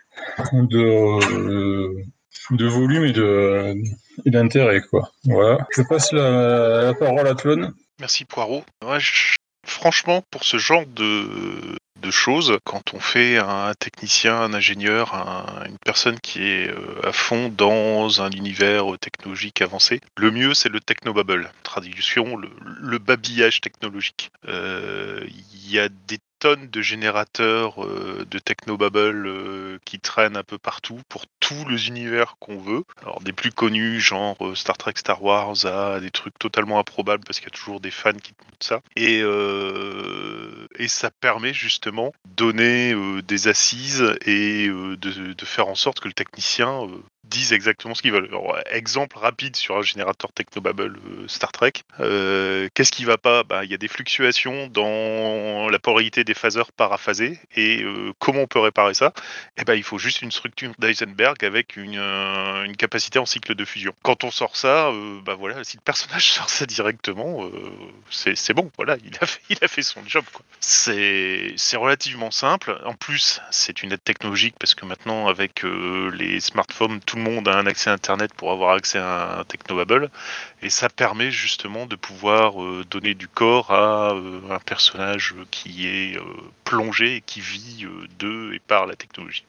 de de volume et de et d'intérêt, quoi. Voilà. Je passe la, la parole à Tlon. Merci Poirot. Moi, je... franchement, pour ce genre de de choses, quand on fait un technicien, un ingénieur, un, une personne qui est à fond dans un univers technologique avancé, le mieux c'est le technobubble, traduction, le, le babillage technologique. Il euh, y a des tonnes de générateurs euh, de technobubble euh, qui traînent un peu partout pour tous les univers qu'on veut. Alors des plus connus, genre euh, Star Trek, Star Wars, à des trucs totalement improbables parce qu'il y a toujours des fans qui te montrent ça. Et, euh, et ça permet justement de donner euh, des assises et euh, de, de faire en sorte que le technicien euh, dise exactement ce qu'ils veulent. Alors, exemple rapide sur un générateur technobubble euh, Star Trek. Euh, qu'est-ce qui va pas ? Bah, y a des fluctuations dans la porosité des phaseurs paraphasés. Et euh, comment on peut réparer ça ? Eh ben, il faut juste une structure d'Heisenberg avec une, euh, une capacité en cycle de fusion. Quand on sort ça, euh, bah voilà, si le personnage sort ça directement, euh, c'est, c'est bon. Voilà, il a fait, il a fait son job, quoi. C'est, c'est relativement simple. En plus, c'est une aide technologique parce que maintenant, avec euh, les smartphones, tout le monde a un accès à Internet pour avoir accès à un technobubble. Et ça permet justement de pouvoir euh, donner du corps à euh, un personnage qui est euh, plongé et qui vit euh, de et par la technologie.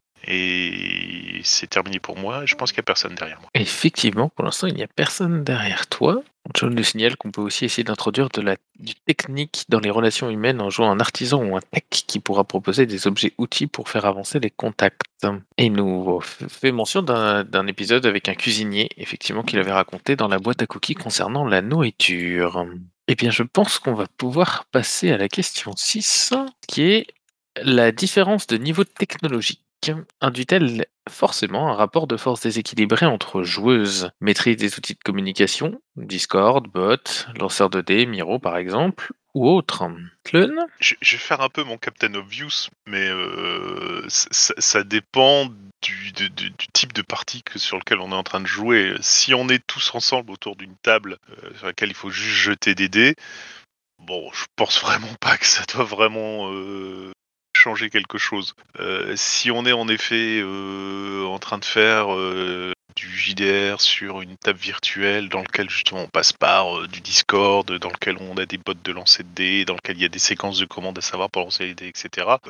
Et c'est terminé pour moi. Je pense qu'il n'y a personne derrière moi. Effectivement, pour l'instant, il n'y a personne derrière toi. John nous signale qu'on peut aussi essayer d'introduire de la, du technique dans les relations humaines en jouant un artisan ou un tech qui pourra proposer des objets-outils pour faire avancer les contacts. Et il nous fait mention d'un, d'un épisode avec un cuisinier, effectivement, qu'il avait raconté dans la boîte à cookies concernant la nourriture. Eh bien, je pense qu'on va pouvoir passer à la question six, qui est la différence de niveau technologique induit-elle forcément un rapport de force déséquilibré entre joueuses, maîtrise des outils de communication, Discord, bot, lanceur de dés, Miro par exemple, ou autre. Tlön ? Je, je vais faire un peu mon Captain Obvious, mais euh, ça, ça dépend du, de- de- du type de partie que, sur lequel on est en train de jouer. Si on est tous ensemble autour d'une table euh, sur laquelle il faut juste jeter des dés, bon, je pense vraiment pas que ça doit vraiment euh, changer quelque chose. Euh, si on est en effet euh, en train de faire euh, du J D R sur une table virtuelle dans lequel justement on passe par euh, du Discord, dans lequel on a des bots de lancer de dés, dans lequel il y a des séquences de commandes à savoir pour lancer les dés, et cetera.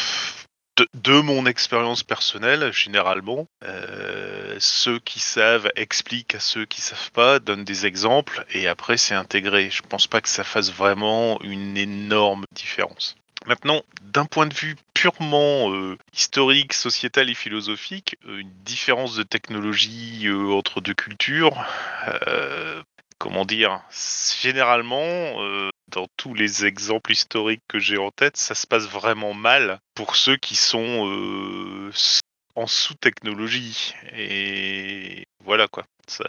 De, de mon expérience personnelle, généralement, euh, ceux qui savent expliquent à ceux qui savent pas, donnent des exemples, et après c'est intégré. Je pense pas que ça fasse vraiment une énorme différence. Maintenant, d'un point de vue purement euh, historique, sociétal et philosophique, euh, une différence de technologie euh, entre deux cultures, euh, comment dire, généralement, euh, dans tous les exemples historiques que j'ai en tête, ça se passe vraiment mal pour ceux qui sont euh, en sous-technologie. Et voilà quoi. Ça,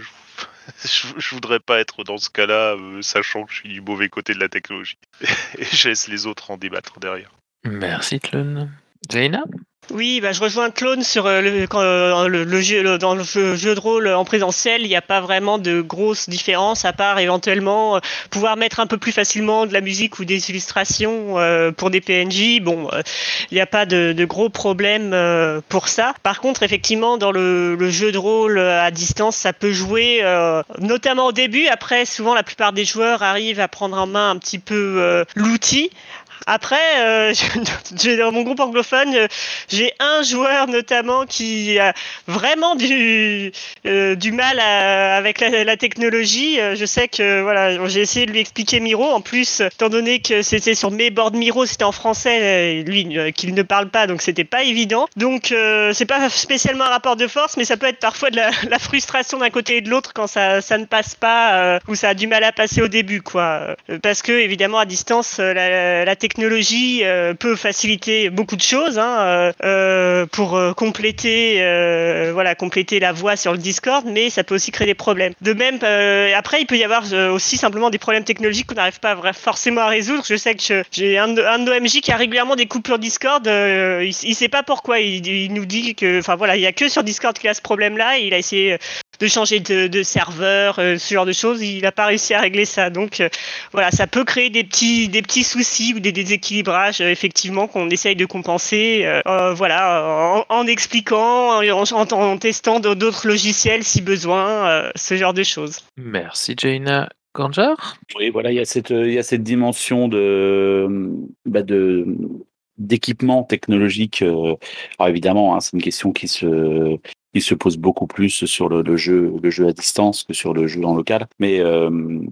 je, je voudrais pas être dans ce cas-là, euh, sachant que je suis du mauvais côté de la technologie. Et je laisse les autres en débattre derrière. Merci Tlön. Zaina ? Oui, bah, je rejoins Clone sur euh, le, quand, euh, le, le jeu, le- dans le jeu, jeu de rôle en présentiel, il n'y a pas vraiment de grosses différences à part éventuellement euh, pouvoir mettre un peu plus facilement de la musique ou des illustrations euh, pour des P N J. Bon, euh, il n'y a pas de, de gros problèmes euh, pour ça. Par contre, effectivement, dans le, le jeu de rôle euh, à distance, ça peut jouer, euh, notamment au début. Après, souvent, la plupart des joueurs arrivent à prendre en main un petit peu euh, l'outil. Après, euh, j'ai dans mon groupe anglophone, euh, j'ai un joueur notamment qui a vraiment du euh, du mal à- avec la, la technologie. Euh, Je sais que voilà, j'ai essayé de lui expliquer Miro. En plus, étant donné que c'était sur mes boards Miro, c'était en français, euh, lui euh, qu'il ne parle pas, donc c'était pas évident. Donc euh, c'est pas spécialement un rapport de force, mais ça peut être parfois de la, la frustration d'un côté et de l'autre quand ça ça ne passe pas euh, ou ça a du mal à passer au début, quoi. Euh, Parce que évidemment à distance, euh, la, la technologie euh, peut faciliter beaucoup de choses, hein, euh, euh, pour euh, compléter, euh, voilà, compléter la voix sur le Discord, mais ça peut aussi créer des problèmes. De même, euh, après, il peut y avoir euh, aussi simplement des problèmes technologiques qu'on n'arrive pas vra- forcément à résoudre. Je sais que je- j'ai un de, un de nos M J qui a régulièrement des coupures Discord. Euh, il, il sait pas pourquoi. Il, il nous dit que, enfin voilà, il y a que sur Discord qu'il a ce problème-là. Et il a essayé de changer de, de serveur, euh, ce genre de choses. Il n'a pas réussi à régler ça. Donc euh, voilà, ça peut créer des petits, des petits soucis ou des déséquilibrages, euh, effectivement, qu'on essaye de compenser, euh, euh, voilà, en, en expliquant, en, en- en testant d'autres logiciels si besoin, euh, ce genre de choses. Merci Jaina. Ganjar ? Oui, voilà, il y a cette, il y a cette dimension de, bah, de, d'équipement technologique. euh, Alors évidemment, hein, c'est une question qui se, qui se pose beaucoup plus sur le, le jeu, le jeu à distance que sur le jeu en local. Mais euh,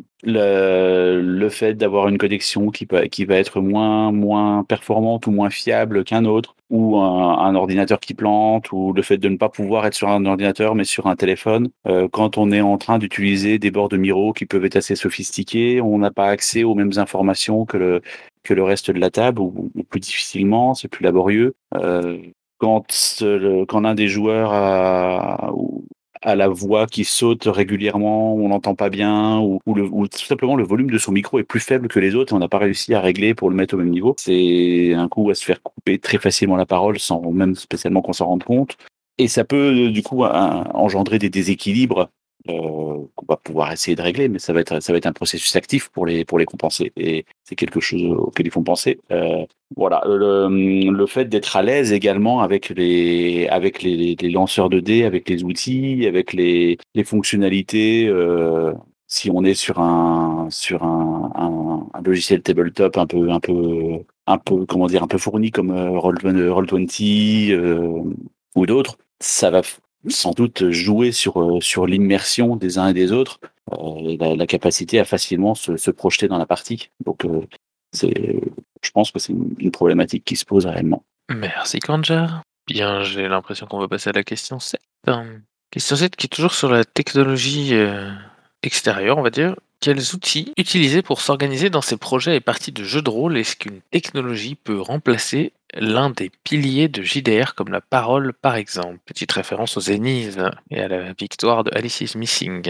le, le fait d'avoir une connexion qui, peut, qui va être moins, moins performante ou moins fiable qu'un autre, ou un, un ordinateur qui plante, ou le fait de ne pas pouvoir être sur un ordinateur mais sur un téléphone. Euh, quand on est en train d'utiliser des bords de Miro qui peuvent être assez sophistiqués, on n'a pas accès aux mêmes informations que le, que le reste de la table, ou, ou plus difficilement, c'est plus laborieux. Euh, quand, le, quand l'un des joueurs a, ou- a la voix qui saute régulièrement, on n'entend pas bien, ou, ou, le, ou tout simplement le volume de son micro est plus faible que les autres et on n'a pas réussi à régler pour le mettre au même niveau, c'est un coup à se faire couper très facilement la parole sans même spécialement qu'on s'en rende compte. Et ça peut du coup un, engendrer des déséquilibres euh, qu'on va pouvoir essayer de régler, mais ça va être ça va être un processus actif pour les pour les compenser. Et c'est quelque chose auquel il faut penser. Euh, voilà, le, le fait d'être à l'aise également avec les avec les, les lanceurs de dés, avec les outils, avec les les fonctionnalités. Euh, si on est sur un sur un, un, un logiciel tabletop un peu un peu un peu comment dire un peu fourni comme euh, Roll Roll vingt euh, ou d'autres, ça va sans doute jouer sur, euh, sur l'immersion des uns et des autres, euh, et la, la capacité à facilement se, se projeter dans la partie. Donc, euh, c'est, je pense que c'est une, une problématique qui se pose réellement. Merci Ganjar. Bien, j'ai l'impression qu'on va passer à la question sept. Hum, Question sept qui est toujours sur la technologie euh, extérieure, on va dire. Quels outils utiliser pour s'organiser dans ces projets et parties de jeux de rôle? Est-ce qu'une technologie peut remplacer l'un des piliers de J D R comme la parole par exemple? Petite référence aux Zénith et à la victoire de Alice is Missing.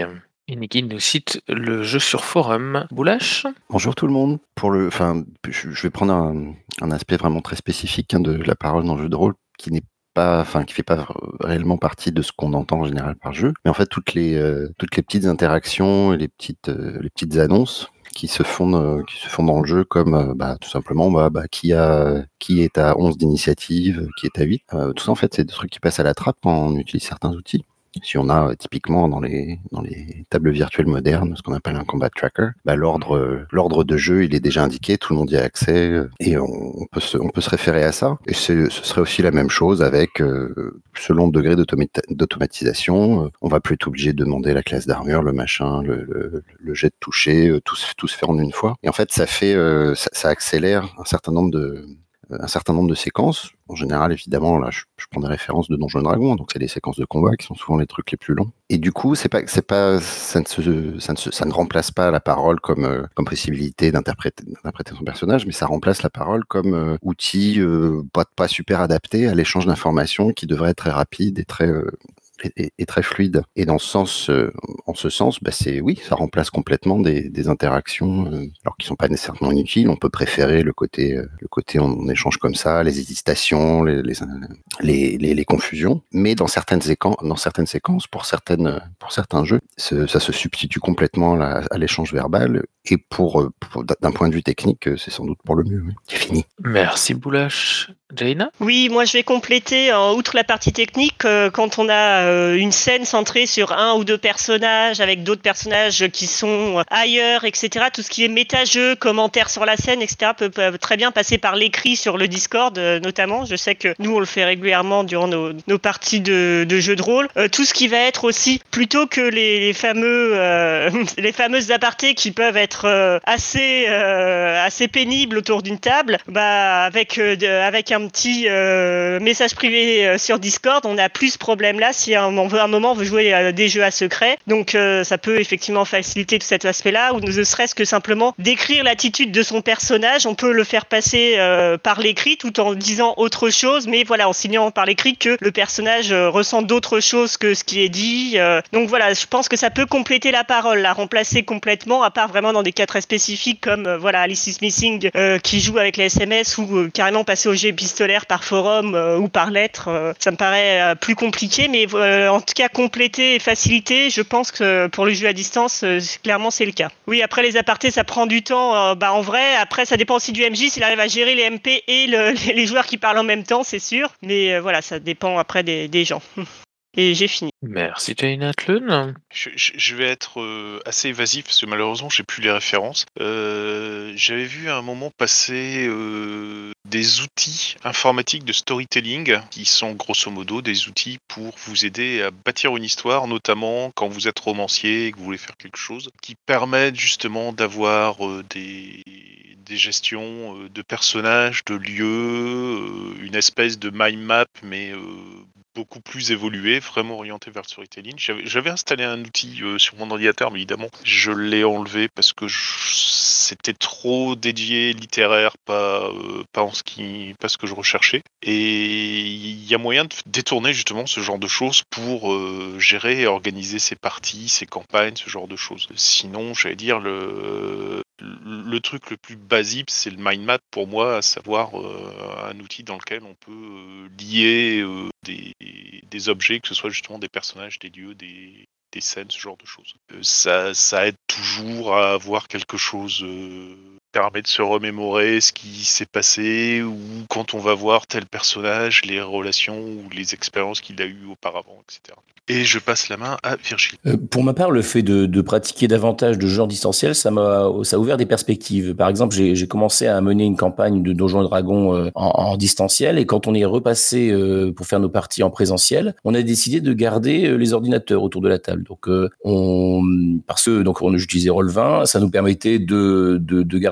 Et Niki nous cite le jeu sur forum. Boulash ? Bonjour tout le monde. Pour le, enfin, je je vais prendre un, un aspect vraiment très spécifique hein, de la parole dans le jeu de rôle qui n'est pas, enfin, qui fait pas réellement partie de ce qu'on entend en général par jeu. Mais en fait, toutes les, euh, toutes les petites interactions et les petites, euh, les petites annonces qui se font, euh, qui se font dans le jeu, comme euh, bah, tout simplement, bah, bah, qui a, qui est à onze d'initiative, qui est à huit. Euh, tout ça, en fait, c'est des trucs qui passent à la trappe quand on utilise certains outils. Si on a euh, typiquement dans les dans les tables virtuelles modernes ce qu'on appelle un combat tracker, bah, l'ordre euh, l'ordre de jeu il est déjà indiqué, tout le monde y a accès euh, et on, on peut se on peut se référer à ça. Et c'est, ce serait aussi la même chose avec euh, selon le degré d'automata- d'automatisation, euh, on va plus être obligé de demander la classe d'armure, le machin, le, le, le jet de toucher, euh, tout, se- tout se fait en une fois. Et en fait ça fait euh, ça, ça accélère un certain nombre de un certain nombre de séquences. En général, évidemment, là, je, je prends des références de Donjons et Dragons, donc c'est les séquences de combat qui sont souvent les trucs les plus longs. Et du coup, c'est pas, c'est pas, ça ne se, ça ne se, ça ne remplace pas la parole comme, euh, comme possibilité d'interpréter, d'interpréter son personnage, mais ça remplace la parole comme euh, outil euh, pas, pas super adapté à l'échange d'informations qui devrait être très rapide et très, euh, et, et très fluide. Et dans ce sens, euh, en ce sens, bah c'est oui, ça remplace complètement des, des interactions, euh, alors qui sont pas nécessairement inutiles. On peut préférer le côté, euh, le côté on, on échange comme ça, les hésitations, les, les, les, les, les confusions. Mais dans certaines séquences, dans certaines séquences, pour certaines, pour certains jeux, ce, ça se substitue complètement à, à l'échange verbal. Et pour, pour d'un point de vue technique, c'est sans doute pour le mieux. Oui. C'est fini. Merci Boulash. Jaina ? Oui, moi je vais compléter, euh, outre la partie technique, euh, quand on a euh, une scène centrée sur un ou deux personnages, avec d'autres personnages qui sont ailleurs, et cetera. Tout ce qui est méta-jeu, commentaires sur la scène, et cetera peut, peut très bien passer par l'écrit sur le Discord, euh, notamment. Je sais que nous on le fait régulièrement durant nos, nos parties de, de jeux de rôle. Euh, tout ce qui va être aussi, plutôt que les, les fameux, euh, les fameuses apartés qui peuvent être euh, assez, euh, assez pénibles autour d'une table, bah avec, euh, de, avec un Un petit euh, message privé euh, sur Discord, on n'a plus ce problème-là si un, on veut, un moment on veut jouer à des jeux à secret. Donc euh, ça peut effectivement faciliter tout cet aspect-là, ou ne serait-ce que simplement décrire l'attitude de son personnage. On peut le faire passer euh, par l'écrit tout en disant autre chose, mais voilà, en signant par l'écrit que le personnage euh, ressent d'autres choses que ce qui est dit. Euh, donc voilà, je pense que ça peut compléter la parole, la remplacer complètement, à part vraiment dans des cas très spécifiques comme euh, voilà Alice is Missing euh, qui joue avec les S M S, ou euh, carrément passer au jet épistolaire par forum euh, ou par lettre, euh, ça me paraît euh, plus compliqué, mais euh, en tout cas compléter et faciliter, je pense que pour le jeu à distance, euh, clairement c'est le cas. Oui, après les apartés, ça prend du temps, euh, bah en vrai, après ça dépend aussi du M J, s'il arrive à gérer les M P et le, les joueurs qui parlent en même temps, c'est sûr, mais euh, voilà, ça dépend après des, des gens. Et j'ai fini. Merci Jaina Tlun. Je, je- je vais être euh, assez évasif parce que malheureusement j'ai plus les références. Euh, J'avais vu à un moment passer euh, des outils informatiques de storytelling qui sont grosso modo des outils pour vous aider à bâtir une histoire, notamment quand vous êtes romancier et que vous voulez faire quelque chose, qui permettent justement d'avoir euh, des des gestions euh, de personnages, de lieux, euh, une espèce de mind map, mais euh, beaucoup plus évolué, vraiment orienté vers le storytelling. J'avais, j'avais installé un outil euh, sur mon ordinateur, mais évidemment, je l'ai enlevé parce que je- c'était trop dédié littéraire, pas, euh, pas en ce qui, pas ce que je recherchais. Et il y a moyen de détourner justement ce genre de choses pour euh, gérer et organiser ses parties, ses campagnes, ce genre de choses. Sinon, j'allais dire le le truc le plus basique, c'est le mind map pour moi, à savoir euh, un outil dans lequel on peut euh, lier euh, des, des objets, que ce soit justement des personnages, des lieux, des, des scènes, ce genre de choses. Euh, ça, ça aide toujours à avoir quelque chose, euh, permet de se remémorer ce qui s'est passé, ou quand on va voir tel personnage, les relations ou les expériences qu'il a eues auparavant, et cetera. Et je passe la main à Virgile. Euh, Pour ma part, le fait de, de pratiquer davantage de jeux en distanciel, ça m'a, ça a ouvert des perspectives. Par exemple, j'ai, j'ai commencé à mener une campagne de Donjons et Dragons euh, en, en distanciel, et quand on est repassé euh, pour faire nos parties en présentiel, on a décidé de garder euh, les ordinateurs autour de la table. Donc, euh, on, parce que donc on utilisait Roll vingt, ça nous permettait de, de, de garder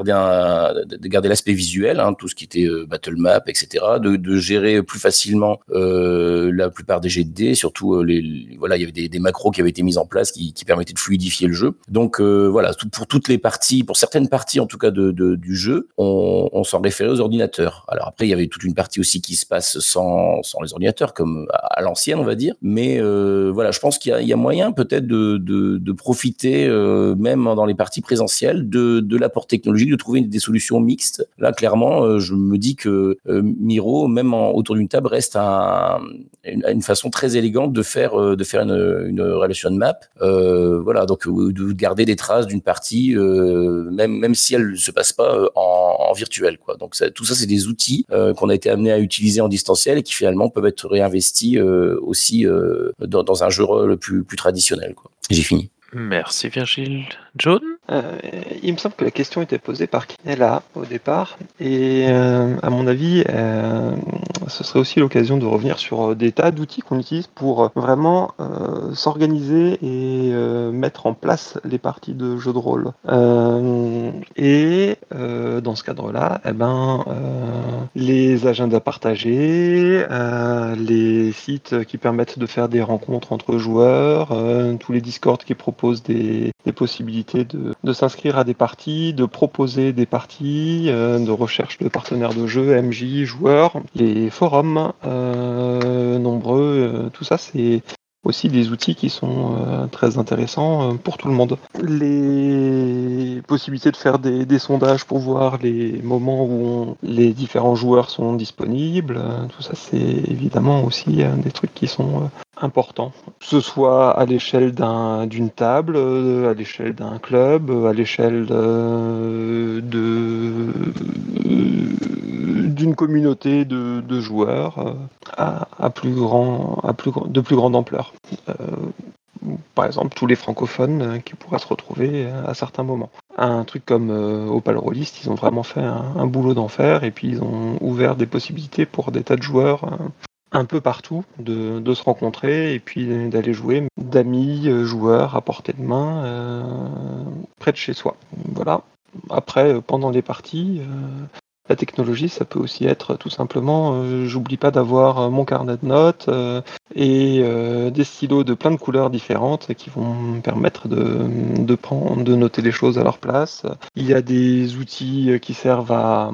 garder un, de garder l'aspect visuel, hein, tout ce qui était euh, battle map, et cetera, de, de gérer plus facilement euh, la plupart des jets de dés, surtout euh, les, les voilà, il y avait des, des macros qui avaient été mis en place qui, qui permettaient de fluidifier le jeu. Donc euh, voilà, tout, pour toutes les parties, pour certaines parties en tout cas de, de du jeu, on, on s'en référait aux ordinateurs. Alors après, il y avait toute une partie aussi qui se passe sans sans les ordinateurs, comme à, à l'ancienne, on va dire. Mais euh, voilà, je pense qu'il y a, il y a moyen peut-être de de, de profiter euh, même dans les parties présentielles de de l'apport technologique, de trouver des solutions mixtes. Là, clairement, euh, je me dis que euh, Miro, même en, autour d'une table, reste un, une, une façon très élégante de faire euh, de faire une, une relation map. Euh, voilà, donc euh, de garder des traces d'une partie, euh, même même si elle ne se passe pas euh, en, en virtuel, quoi. Donc ça, tout ça, c'est des outils euh, qu'on a été amené à utiliser en distanciel et qui finalement peuvent être réinvestis euh, aussi euh, dans, dans un jeu rôle plus plus traditionnel, quoi. J'ai fini. Merci Virgile. John? Euh, il me semble que la question était posée par Kinella au départ, et euh, à mon avis, euh, ce serait aussi l'occasion de revenir sur des tas d'outils qu'on utilise pour vraiment euh, s'organiser et euh, mettre en place les parties de jeux de rôle. Euh, et euh, dans ce cadre-là, eh ben, euh, les agendas partagés, euh, les sites qui permettent de faire des rencontres entre joueurs, euh, tous les Discord qui proposent des, des possibilités de de s'inscrire à des parties, de proposer des parties, euh, de recherche de partenaires de jeu, M J, joueurs, les forums euh, nombreux, euh, tout ça c'est aussi des outils qui sont euh, très intéressants euh, pour tout le monde. Les possibilités de faire des, des sondages pour voir les moments où on, les différents joueurs sont disponibles, euh, tout ça c'est évidemment aussi euh, des trucs qui sont euh, importants. Que ce soit à l'échelle d'un, d'une table, euh, à l'échelle d'un club, à l'échelle de, de d'une communauté de, de joueurs euh, à, à plus grand, à plus, de plus grande ampleur. Euh, par exemple, tous les francophones euh, qui pourraient se retrouver euh, à certains moments. Un truc comme euh, Opal Rollist, ils ont vraiment fait un, un boulot d'enfer et puis ils ont ouvert des possibilités pour des tas de joueurs euh, un peu partout de, de se rencontrer et puis d'aller jouer, d'amis, euh, joueurs à portée de main euh, près de chez soi. Voilà. Après, euh, pendant les parties, euh, la technologie, ça peut aussi être tout simplement, euh, j'oublie pas d'avoir euh, mon carnet de notes euh, et euh, des stylos de plein de couleurs différentes qui vont me permettre de, de, prendre, de noter les choses à leur place. Il y a des outils qui servent à,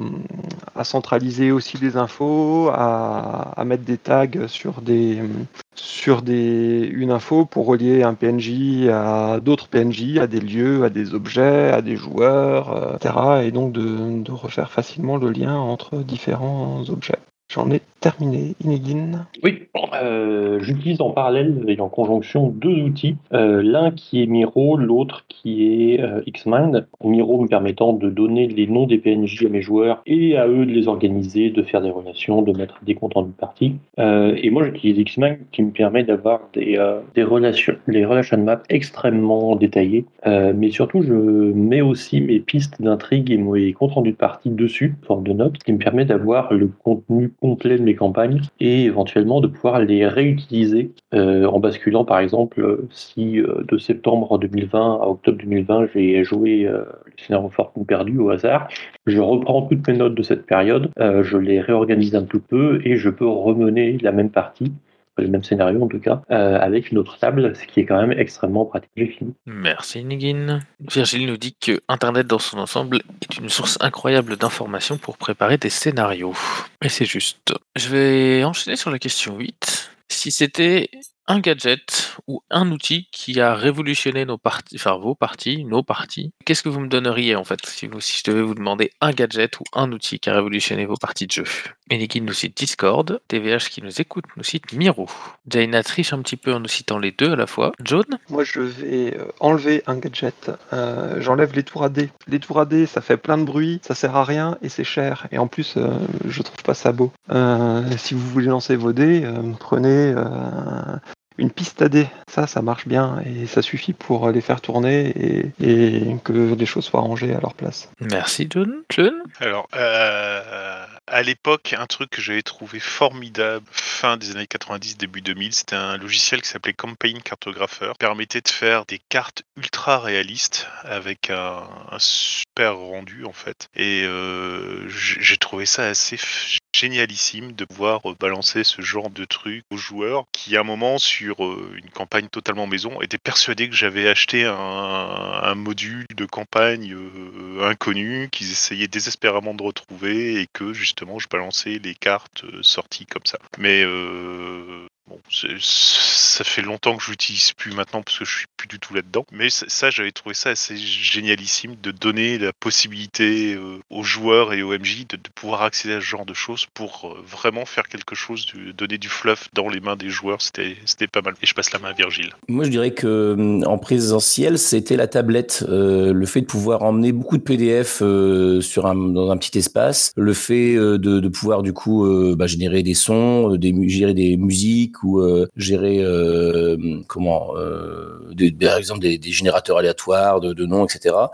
à centraliser aussi les infos, à, à mettre des tags sur des sur des, une info pour relier un P N J à d'autres P N J, à des lieux, à des objets, à des joueurs, euh, et cetera. Et donc de, de refaire facilement le lien entre différents objets. J'en ai terminé. Inegin. Oui, euh, j'utilise en parallèle et en conjonction deux outils. Euh, l'un qui est Miro, l'autre qui est euh, Xmind. Miro me permettant de donner les noms des P N J à mes joueurs et à eux de les organiser, de faire des relations, de mettre des comptes rendus de partie. Euh, et moi j'utilise Xmind qui me permet d'avoir des, euh, des relations, les relation maps extrêmement détaillées. Euh, mais surtout je mets aussi mes pistes d'intrigue et mes comptes rendus de partie dessus, forme de notes, qui me permet d'avoir le contenu complet de mes campagnes et éventuellement de pouvoir les réutiliser euh, en basculant par exemple si euh, de septembre deux mille vingt à octobre deux mille vingt j'ai joué euh, le scénario Fortune perdue au hasard, je reprends toutes mes notes de cette période, euh, je les réorganise un tout peu et je peux remener la même partie, le même scénario en tout cas, euh, avec une autre table, ce qui est quand même extrêmement pratique. J'ai fini. Merci Nigin. Virgile nous dit que Internet dans son ensemble est une source incroyable d'informations pour préparer des scénarios. Et c'est juste. Je vais enchaîner sur la question huit. Si c'était un gadget ou un outil qui a révolutionné nos parties, enfin vos parties, nos parties, qu'est-ce que vous me donneriez en fait si, vous, si je devais vous demander un gadget ou un outil qui a révolutionné vos parties de jeu? Eniki nous cite Discord, T V H qui nous écoute nous cite Miro. Jaina triche un petit peu en nous citant les deux à la fois. John? Moi je vais euh, enlever un gadget, euh, j'enlève les tours A D. Les tours A D ça fait plein de bruit, ça sert à rien et c'est cher. Et en plus euh, je trouve pas ça beau. Euh, si vous voulez lancer vos dés, euh, prenez euh, une piste à dés, ça, ça marche bien et ça suffit pour les faire tourner et, et que les choses soient rangées à leur place. Merci John. John? Alors, euh, à l'époque, un truc que j'avais trouvé formidable, fin des années quatre-vingt-dix, début deux mille, c'était un logiciel qui s'appelait Campaign Cartographer, qui permettait de faire des cartes ultra réalistes avec un, un super rendu en fait. Et euh, j'ai trouvé ça assez f- génialissime de pouvoir euh, balancer ce genre de truc aux joueurs qui, à un moment, sur euh, une campagne totalement maison, étaient persuadés que j'avais acheté un, un module de campagne euh, inconnu qu'ils essayaient désespérément de retrouver et que justement je balançais les cartes euh, sorties comme ça. Mais euh, bon, c'est- ça fait longtemps que je l'utilise plus maintenant parce que je suis plus du tout là-dedans. Mais c- ça, j'avais trouvé ça assez génialissime de donner la possibilité euh, aux joueurs et aux M J de, de pouvoir accéder à ce genre de choses pour euh, vraiment faire quelque chose, de, donner du fluff dans les mains des joueurs. C'était c'était pas mal. Et je passe la main à Virgile. Moi, je dirais que hum, en présentiel, c'était la tablette, euh, le fait de pouvoir emmener beaucoup de P D F euh, sur un, dans un petit espace, le fait euh, de, de pouvoir du coup euh, bah, générer des sons, euh, des, mu- gérer des musiques ou euh, gérer euh, comment, euh, des, par exemple des, des générateurs aléatoires de, de noms, et cetera.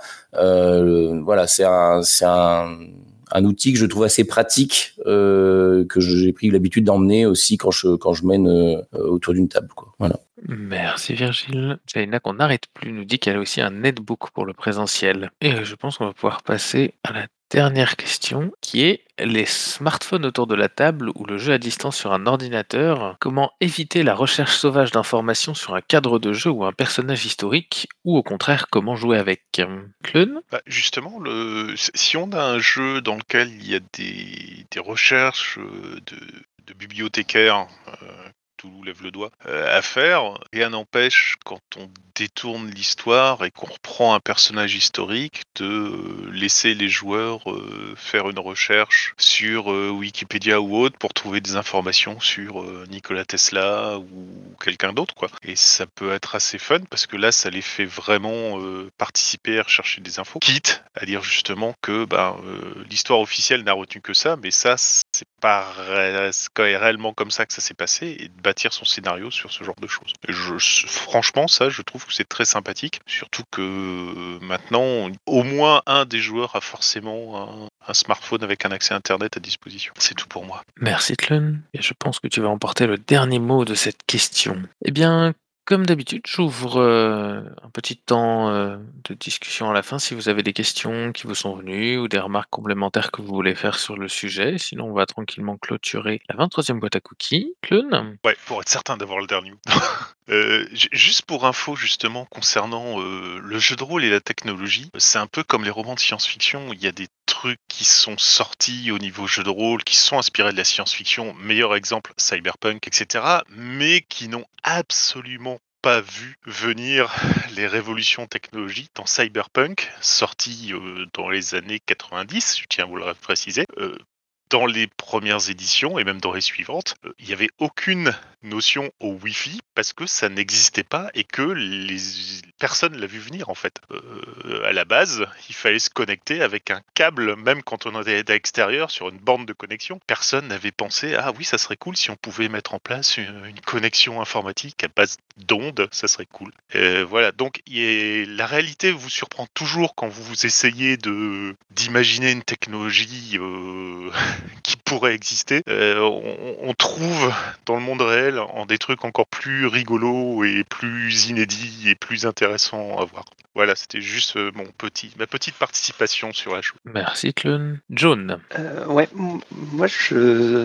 Euh, voilà, c'est un, c'est un un outil que je trouve assez pratique, euh, que j'ai pris l'habitude d'emmener aussi quand je quand je mène euh, autour d'une table, quoi. Voilà. Merci Virgile. Jaina qu'on n'arrête plus nous dit qu'elle a aussi un netbook pour le présentiel. Et euh, je pense qu'on va pouvoir passer à la dernière question qui est les smartphones autour de la table ou le jeu à distance sur un ordinateur. Comment éviter la recherche sauvage d'informations sur un cadre de jeu ou un personnage historique ou au contraire comment jouer avec Clun? Bah, justement, le... si on a un jeu dans lequel il y a des, des recherches euh, de, de bibliothécaires, euh, Toulouse lève le doigt, euh, à faire, rien n'empêche, quand on détourne l'histoire et qu'on reprend un personnage historique, de euh, laisser les joueurs euh, faire une recherche sur euh, Wikipédia ou autre pour trouver des informations sur euh, Nikola Tesla ou quelqu'un d'autre, quoi. Et ça peut être assez fun parce que là, ça les fait vraiment euh, participer à rechercher des infos, quitte à dire justement que ben, euh, l'histoire officielle n'a retenu que ça, mais ça, c'est pas ré- c'est quand même réellement comme ça que ça s'est passé, et de bâtir son scénario sur ce genre de choses. Je, franchement, ça, je trouve que c'est très sympathique, surtout que euh, maintenant, au moins un des joueurs a forcément un, un smartphone avec un accès Internet à disposition. C'est tout pour moi. Merci Tlun, et je pense que tu vas emporter le dernier mot de cette question. Eh bien, comme d'habitude, j'ouvre euh, un petit temps euh, de discussion à la fin si vous avez des questions qui vous sont venues ou des remarques complémentaires que vous voulez faire sur le sujet. Sinon, on va tranquillement clôturer la vingt-troisième boîte à cookies. Tlun? Ouais, pour être certain d'avoir le dernier mot. Euh, j- juste pour info justement concernant euh, le jeu de rôle et la technologie, c'est un peu comme les romans de science-fiction. Il y a des trucs qui sont sortis au niveau jeu de rôle, qui sont inspirés de la science-fiction. Meilleur exemple, Cyberpunk, et cetera. Mais qui n'ont absolument pas vu venir les révolutions technologiques dans Cyberpunk, sorti euh, dans les années quatre-vingt-dix, je tiens à vous le préciser. Euh, dans les premières éditions et même dans les suivantes, euh, il n'y avait aucune notion au Wi-Fi parce que ça n'existait pas et que les personne l'a vu venir en fait. Euh, à la base, il fallait se connecter avec un câble, même quand on était à l'extérieur sur une borne de connexion. Personne n'avait pensé ah oui, ça serait cool si on pouvait mettre en place une, une connexion informatique à base d'ondes, ça serait cool. Euh, voilà, donc il est- la réalité vous surprend toujours quand vous essayez de d'imaginer une technologie euh, qui pourrait exister. Euh, on, on trouve dans le monde réel en des trucs encore plus rigolos et plus inédits et plus intéressants à voir. Voilà, c'était juste euh, mon petit, ma petite participation sur la chose. Merci Tlun. John? Euh, ouais, m- moi je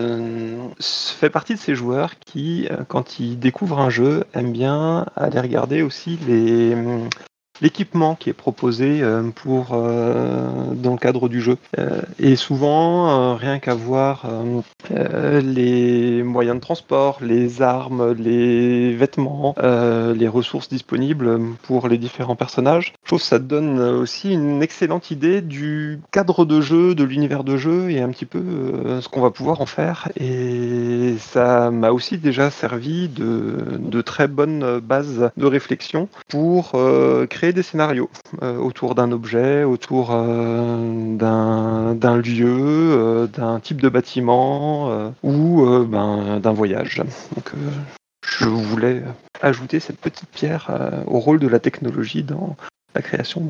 euh, fais partie de ces joueurs qui, euh, quand ils découvrent un jeu, aiment bien aller regarder aussi les, hum, l'équipement qui est proposé euh, pour euh, dans le cadre du jeu. Euh, et souvent, euh, rien qu'à voir euh, euh, les moyens de transport, les armes, les vêtements, euh, les ressources disponibles pour les différents personnages, je trouve que ça donne aussi une excellente idée du cadre de jeu, de l'univers de jeu et un petit peu euh, ce qu'on va pouvoir en faire. Et ça m'a aussi déjà servi de, de très bonne base de réflexion pour euh, créer des scénarios euh, autour d'un objet, autour euh, d'un, d'un lieu, euh, d'un type de bâtiment euh, ou euh, ben, d'un voyage. Donc, euh, je voulais ajouter cette petite pierre euh, au rôle de la technologie dans la création de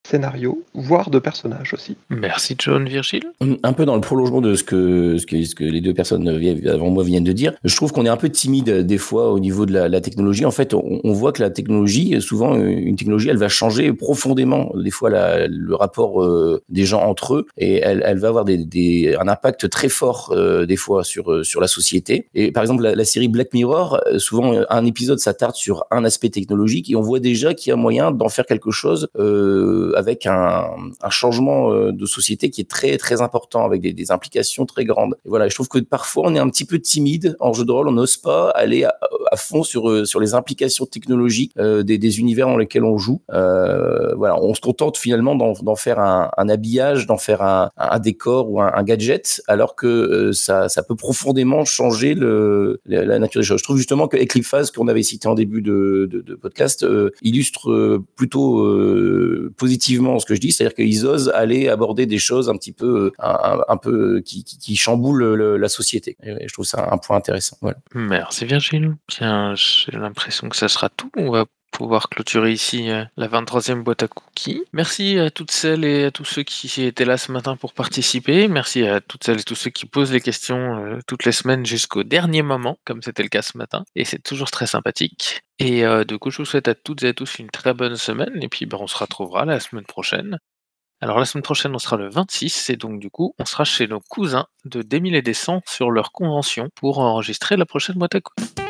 scénario, voire de personnages aussi. Merci John. Virgile? Un peu dans le prolongement de ce que, ce que, ce que les deux personnes avant moi viennent de dire, je trouve qu'on est un peu timide des fois au niveau de la, la technologie. En fait, on, on voit que la technologie, souvent une technologie, elle va changer profondément des fois la, le rapport euh, des gens entre eux, et elle, elle va avoir des, des, un impact très fort euh, des fois sur, sur la société. Et par exemple, la, la série Black Mirror, souvent un épisode s'attarde sur un aspect technologique et on voit déjà qu'il y a moyen d'en faire quelque chose euh, avec un, un changement de société qui est très très important, avec des, des implications très grandes. Et voilà, je trouve que parfois on est un petit peu timide en jeu de rôle, on n'ose pas aller à, à fond sur sur les implications technologiques euh, des, des univers dans lesquels on joue. Euh, voilà, on se contente finalement d'en, d'en faire un, un habillage, d'en faire un, un décor ou un, un gadget, alors que euh, ça, ça peut profondément changer le, la, la nature des choses. Je trouve justement que Eclipse, qu'on avait cité en début de, de, de podcast, euh, illustre euh, plutôt euh, positivement ce que je dis, c'est-à-dire qu'ils osent aller aborder des choses un petit peu, un, un peu qui, qui, qui chamboulent le, la société. Et je trouve ça un point intéressant. Voilà. Merci Virgile. Bien, j'ai l'impression que ça sera tout. On va pouvoir clôturer ici la vingt-troisième boîte à cookies. Merci à toutes celles et à tous ceux qui étaient là ce matin pour participer. Merci à toutes celles et tous ceux qui posent les questions euh, toutes les semaines jusqu'au dernier moment, comme c'était le cas ce matin. Et c'est toujours très sympathique. Et euh, du coup, je vous souhaite à toutes et à tous une très bonne semaine. Et puis, ben, on se retrouvera la semaine prochaine. Alors la semaine prochaine, on sera le vingt-six, et donc du coup, on sera chez nos cousins de Des Mille et des Cents sur leur convention pour enregistrer la prochaine boîte à cookies.